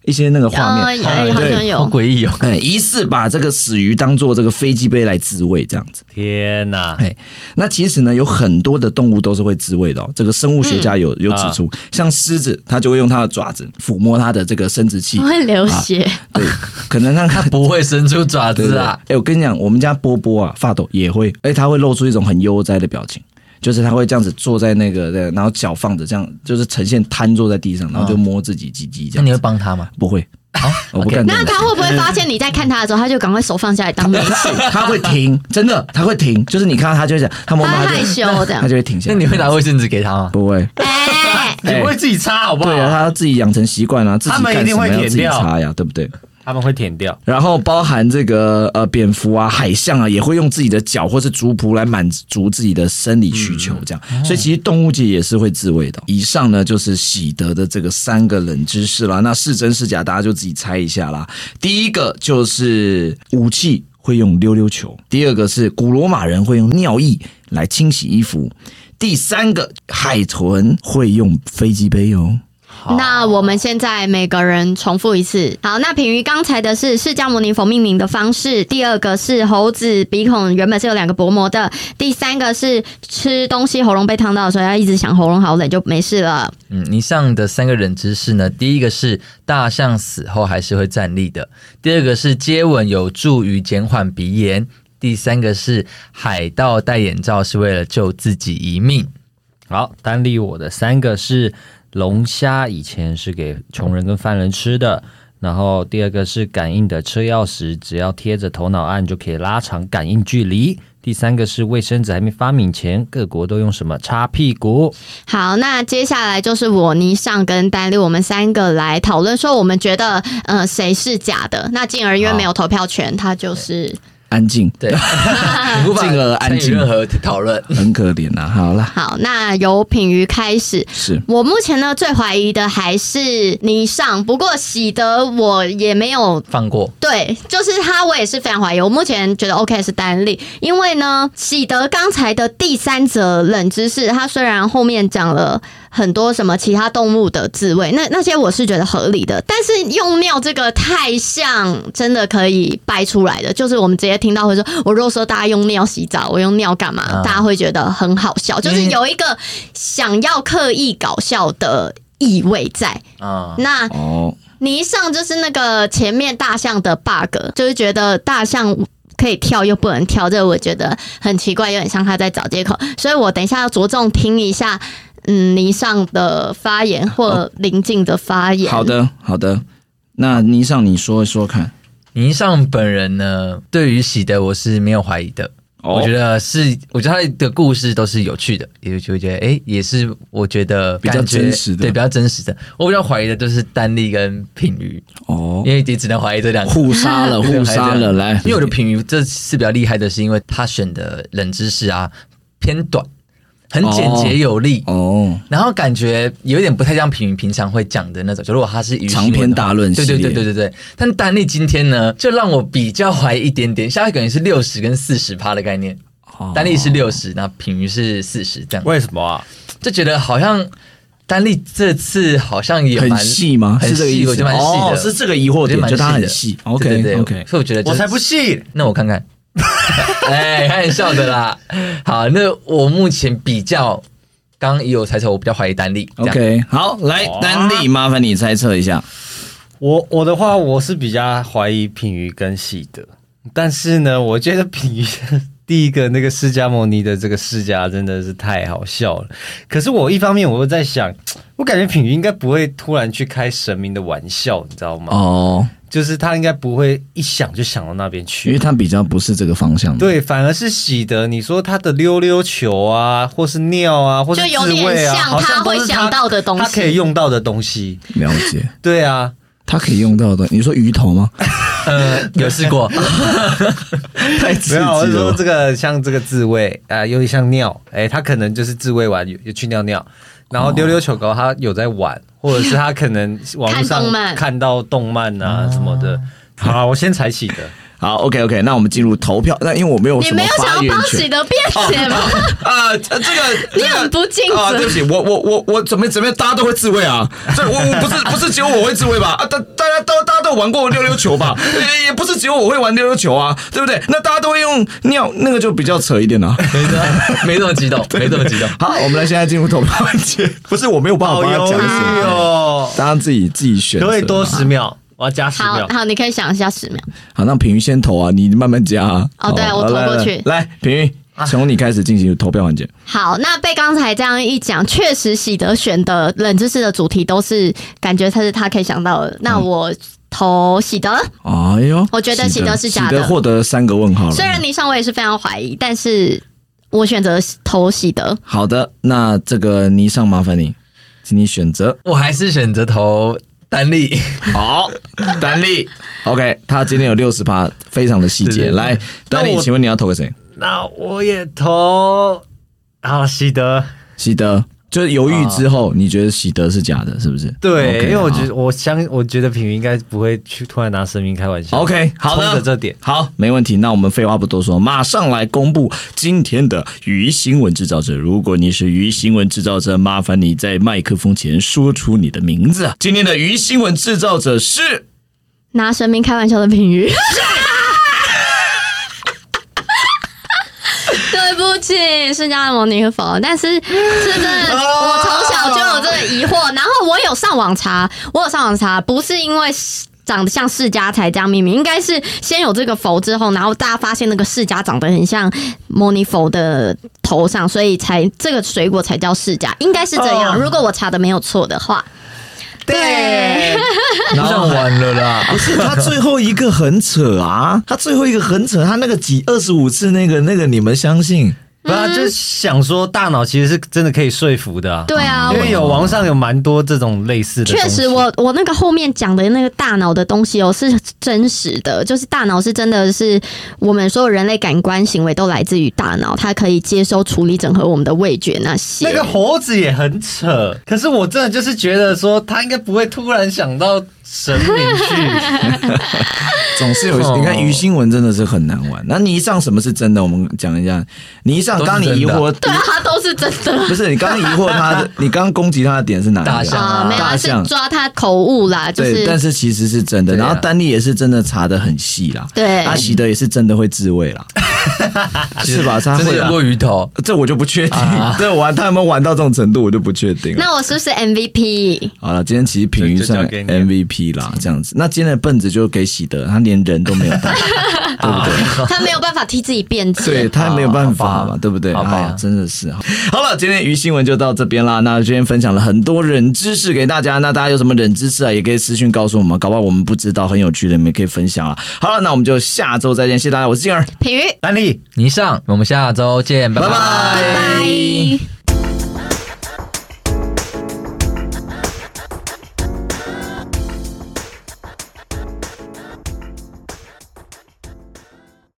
[SPEAKER 4] 一些那个画面，
[SPEAKER 2] 呃好像有
[SPEAKER 3] 好诡异哦。
[SPEAKER 4] 哎，疑似把这个死鱼当做这个飞机杯来自慰这样子。
[SPEAKER 1] 天哪！
[SPEAKER 4] 哎，那其实呢，有很多的动物都是会自慰的哦。这个生物学家有、嗯、有指出，像狮子，它就会用它的爪子抚摸它的这个生殖器，
[SPEAKER 2] 会流血。啊、
[SPEAKER 4] 对，可能让它
[SPEAKER 3] 不会伸出爪子啊。
[SPEAKER 4] 哎，我跟你讲，我们家波波啊，发抖也会，哎，它会露出一种很悠哉的表情。就是他会这样子坐在那个，然后脚放着，这样就是呈现瘫坐在地上，然后就摸自己鸡鸡这样。
[SPEAKER 3] 那你会帮他吗？
[SPEAKER 4] 不会，
[SPEAKER 3] 好，
[SPEAKER 4] 我不干。
[SPEAKER 2] 那他会不会发现你在看他的时候，他就赶快手放下来当没事？
[SPEAKER 4] 他会停，真的，他会停。就是你看到他就会讲，他摸摸他
[SPEAKER 2] 害羞这样，
[SPEAKER 4] 他就会停下来。
[SPEAKER 3] 那你会拿卫生纸给他吗？
[SPEAKER 4] 不会。
[SPEAKER 2] 哎，
[SPEAKER 1] 你不会自己擦好不好？
[SPEAKER 4] 对啊，他要自己养成习惯啊，自己干什么要自己擦呀，对不对？
[SPEAKER 1] 他们会舔掉，
[SPEAKER 4] 然后包含这个呃蝙蝠啊、海象啊，也会用自己的脚或是足蹼来满足自己的生理需求，这样。嗯、所以其实动物界也是会自慰的。以上呢就是喜德的这个三个冷知识啦，那是真是假，大家就自己猜一下啦。第一个就是武器会用溜溜球，第二个是古罗马人会用尿液来清洗衣服，第三个海豚会用飞机杯哦。
[SPEAKER 2] 那我们现在每个人重复一次。好，那品瑜刚才的是释迦牟尼佛命名的方式，第二个是猴子鼻孔原本是有两个薄膜的，第三个是吃东西喉咙被烫到的时候要一直想喉咙好冷就没事了。
[SPEAKER 3] 嗯，以上的三个冷知识呢，第一个是大象死后还是会站立的，第二个是接吻有助于减缓鼻炎，第三个是海盗戴眼罩是为了救自己一命。
[SPEAKER 1] 好，单立我的三个是龙虾以前是给穷人跟犯人吃的，然后第二个是感应的车钥匙，只要贴着头脑按就可以拉长感应距离。第三个是卫生纸还没发明前，各国都用什么擦屁股？
[SPEAKER 2] 好，那接下来就是我、倪尚跟丹立，我们三个来讨论说，我们觉得呃谁是假的。那进而因为没有投票权，他就是
[SPEAKER 4] 安静，
[SPEAKER 3] 对，你无法
[SPEAKER 4] 进而安静
[SPEAKER 3] 任何讨论，
[SPEAKER 4] 很可怜啊。好了，
[SPEAKER 2] 好，那由品瑜开始。
[SPEAKER 4] 是
[SPEAKER 2] 我目前呢最怀疑的还是倪尚，不过喜德我也没有
[SPEAKER 3] 放过。
[SPEAKER 2] 对，就是他，我也是非常怀疑。我目前觉得 OK 是丹立，因为呢，喜德刚才的第三则冷知识，他虽然后面讲了很多什么其他动物的自慰，那那些我是觉得合理的，但是用尿这个太像真的可以掰出来的，就是我们直接听到会说，我如果说大家用尿洗澡，我用尿干嘛，啊、大家会觉得很好笑，就是有一个想要刻意搞笑的意味在啊。那哦，倪尚就是那个前面大象的 bug， 就是觉得大象可以跳又不能跳，这个我觉得很奇怪，有点像他在找借口，所以我等一下要着重听一下。嗯，倪尚的发言或林静的发言。
[SPEAKER 4] 好的，好的。那倪尚，你说说看。
[SPEAKER 3] 倪尚本人呢，对于喜德我是没有怀疑的。哦、我觉得是，我觉得他的故事都是有趣的，也就觉得哎，也是我觉得
[SPEAKER 4] 比较真实的，
[SPEAKER 3] 对，比较真实的。我比较怀疑的就是丹立跟品瑜哦，因为也只能怀疑这两个
[SPEAKER 4] 互杀了，互杀了，来。
[SPEAKER 3] 因为我的品瑜这次比较厉害的是，因为他选的冷知识啊偏短。很简洁有力哦，然后感觉有点不太像品瑜平常会讲的那种。就如果他是
[SPEAKER 4] 长篇大论系列，
[SPEAKER 3] 对对对对对对。但丹立今天呢，就让我比较怀疑一点点。下一个人是六十跟四十趴的概念，哦、丹立是六十，那品瑜是四十，这样。
[SPEAKER 1] 为什么啊？
[SPEAKER 3] 就觉得好像丹立这次好像也蛮
[SPEAKER 4] 很细吗？
[SPEAKER 3] 很细，我觉得蛮细的，
[SPEAKER 4] 哦、是这个疑惑点，就他很细。OK
[SPEAKER 3] 对对
[SPEAKER 4] OK，
[SPEAKER 3] 所以我觉得
[SPEAKER 1] 我才不细，
[SPEAKER 3] 那我看看。哎，开玩笑的啦。好，那我目前比较。刚刚也有猜测，我比较怀疑丹立。
[SPEAKER 4] OK， 好，来丹立，麻烦你猜测一下。
[SPEAKER 1] 我我的话，我是比较怀疑品瑜跟喜德，但是呢，我觉得品瑜第一个那个释迦牟尼的这个释迦真的是太好笑了。可是我一方面我又在想，我感觉品瑜应该不会突然去开神明的玩笑，你知道吗？哦。就是他应该不会一想就想到那边去，
[SPEAKER 4] 因为他比较不是这个方向的。
[SPEAKER 1] 对，反而是喜德，你说他的溜溜球啊，或是尿啊，或是自慰啊，
[SPEAKER 2] 像他会想到的东西，
[SPEAKER 1] 他可以用到的东西。
[SPEAKER 4] 了解。
[SPEAKER 1] 对啊，
[SPEAKER 4] 他可以用到的，你说鱼头吗？
[SPEAKER 3] 呃，有试过，
[SPEAKER 4] 太刺激了。
[SPEAKER 1] 没有，我是说这个像这个自慰啊、呃，有点像尿，哎、欸，他可能就是自慰完有去尿尿。然后溜溜球高他有在玩，或者是他可能网上看到动漫啊什么的。好，我先猜喜德。
[SPEAKER 4] 好 ，OK OK， 那我们进入投票。那因为我没有什么
[SPEAKER 2] 你没有想
[SPEAKER 4] 发言
[SPEAKER 2] 要帮喜
[SPEAKER 4] 权。
[SPEAKER 2] 德辩解吗？
[SPEAKER 4] 啊，这个
[SPEAKER 2] 你很不尽责
[SPEAKER 4] 啊！对不起，我我我我怎么怎么样，大家都会自慰啊。这我我不是不是只有我会自慰吧？啊，大大家都大家都有玩过溜溜球吧？也也不是只有我会玩溜溜球啊，对不对？那大家都会用尿，那个就比较扯一点啊。
[SPEAKER 3] 没这没这么激动，没这么激动。
[SPEAKER 4] 好，我们来现在进入投票环节。不是我没有办法帮他讲什么，
[SPEAKER 1] 哦，
[SPEAKER 4] 大家自己自己选择。
[SPEAKER 1] 可不可以多十秒？我要加十秒。
[SPEAKER 2] 好好，你可以想一下十秒。
[SPEAKER 4] 好，让品瑜先投啊，你慢慢加啊。
[SPEAKER 2] 哦对
[SPEAKER 4] 好
[SPEAKER 2] 我投过去
[SPEAKER 4] 来，来来品瑜，从你开始进行投票环节。
[SPEAKER 2] 好，那被刚才这样一讲，确实喜德选的冷知识的主题都是感觉他是他可以想到的。那我投喜德，
[SPEAKER 4] 哎呦，
[SPEAKER 2] 我觉得喜德是假的
[SPEAKER 4] 喜德获得三个问号了。
[SPEAKER 2] 虽然你上我也是非常怀疑，但是我选择投喜德。
[SPEAKER 4] 好的，那这个倪尚麻烦你，请你选择。
[SPEAKER 3] 我还是选择投丹利。
[SPEAKER 4] 好，丹利 ，OK， 他今天有六十趴，非常的细节。
[SPEAKER 3] 对对对
[SPEAKER 4] 来，丹利，
[SPEAKER 1] 那我
[SPEAKER 4] 请问你要投给谁？
[SPEAKER 1] 那我也投啊，喜德。
[SPEAKER 4] 喜德。就是犹豫之后，你觉得喜德是假的，是不是？
[SPEAKER 1] 对
[SPEAKER 4] OK，
[SPEAKER 1] 因为我觉
[SPEAKER 4] 好
[SPEAKER 1] 得我相，我觉得品瑜应该不会去突然拿神明开玩笑。
[SPEAKER 4] OK， 好的，
[SPEAKER 1] 冲着这点。
[SPEAKER 4] 好，没问题。那我们废话不多说，马上来公布今天的鱼新闻制造者。如果你是鱼新闻制造者，麻烦你在麦克风前说出你的名字。今天的鱼新闻制造者是
[SPEAKER 2] 拿神明开玩笑的评语。对不起，释迦牟尼佛，但是是真的，我从小就有这个疑惑，然后我有上网查，我有上网查，不是因为长得像释迦才这样命名，应该是先有这个佛之后，然后大家发现那个释迦长得很像牟尼佛的头上，所以才这个水果才叫释迦，应该是这样。如果我查的没有错的话。对，
[SPEAKER 3] 然后完了啦，
[SPEAKER 4] 不是他最后一个很扯啊？他最后一个很扯，他那个几二十五次那个那个，你们相信？
[SPEAKER 1] 不然就是想说，大脑其实是真的可以说服的、啊。
[SPEAKER 2] 对啊，
[SPEAKER 1] 因为有网上有蛮多这种类似的东西。
[SPEAKER 2] 确实我，我我那个后面讲的那个大脑的东西哦，是真实的，就是大脑是真的是我们所有人类感官行为都来自于大脑，它可以接收、处理、整合我们的味觉那些。
[SPEAKER 1] 那个猴子也很扯，可是我真的就是觉得说，他应该不会突然想到神明去。
[SPEAKER 4] 总是有，你看鱼新闻真的是很难玩。那倪尚什么是真的？我们讲一下。倪尚，刚刚你疑惑，
[SPEAKER 2] 对啊，它都是真的。
[SPEAKER 4] 不是你刚刚疑惑他的，你刚刚攻击他的点是哪一个？
[SPEAKER 3] 大象
[SPEAKER 2] 啊，没有，
[SPEAKER 4] 大象
[SPEAKER 2] 是抓他口误啦，就是。
[SPEAKER 4] 对，但是其实是真的。
[SPEAKER 3] 对啊
[SPEAKER 4] 然后丹利也是真的查得很细啦。
[SPEAKER 2] 对，
[SPEAKER 4] 阿喜德也是真的会自慰啦。是吧？他会啊
[SPEAKER 3] 真的有过鱼头，
[SPEAKER 4] 这我就不确定。
[SPEAKER 3] 啊
[SPEAKER 4] 这玩他有没有玩到这种程度，我就不确定了。
[SPEAKER 2] 那我是不是 M V P？
[SPEAKER 4] 好了，今天其实品鱼上 M V P 啦，这样子。那今天的笨子就给喜德，他连人都没有带，对不对？
[SPEAKER 2] 他没有办法替自己辩解。
[SPEAKER 4] 对他没有办法嘛，对不对？
[SPEAKER 3] 好吧
[SPEAKER 4] 哎呀，真的是。好了，今天鱼新闻就到这边啦。那今天分享了很多冷知识给大家，那大家有什么冷知识啊，也可以私讯告诉我们，搞不好我们不知道，很有趣的，你们也可以分享啊。好了，那我们就下周再见，谢谢大家，我是静儿，
[SPEAKER 2] 品瑜，
[SPEAKER 1] 丹力。
[SPEAKER 3] 倪尚，我们下周见，拜
[SPEAKER 4] 拜拜
[SPEAKER 2] 拜拜。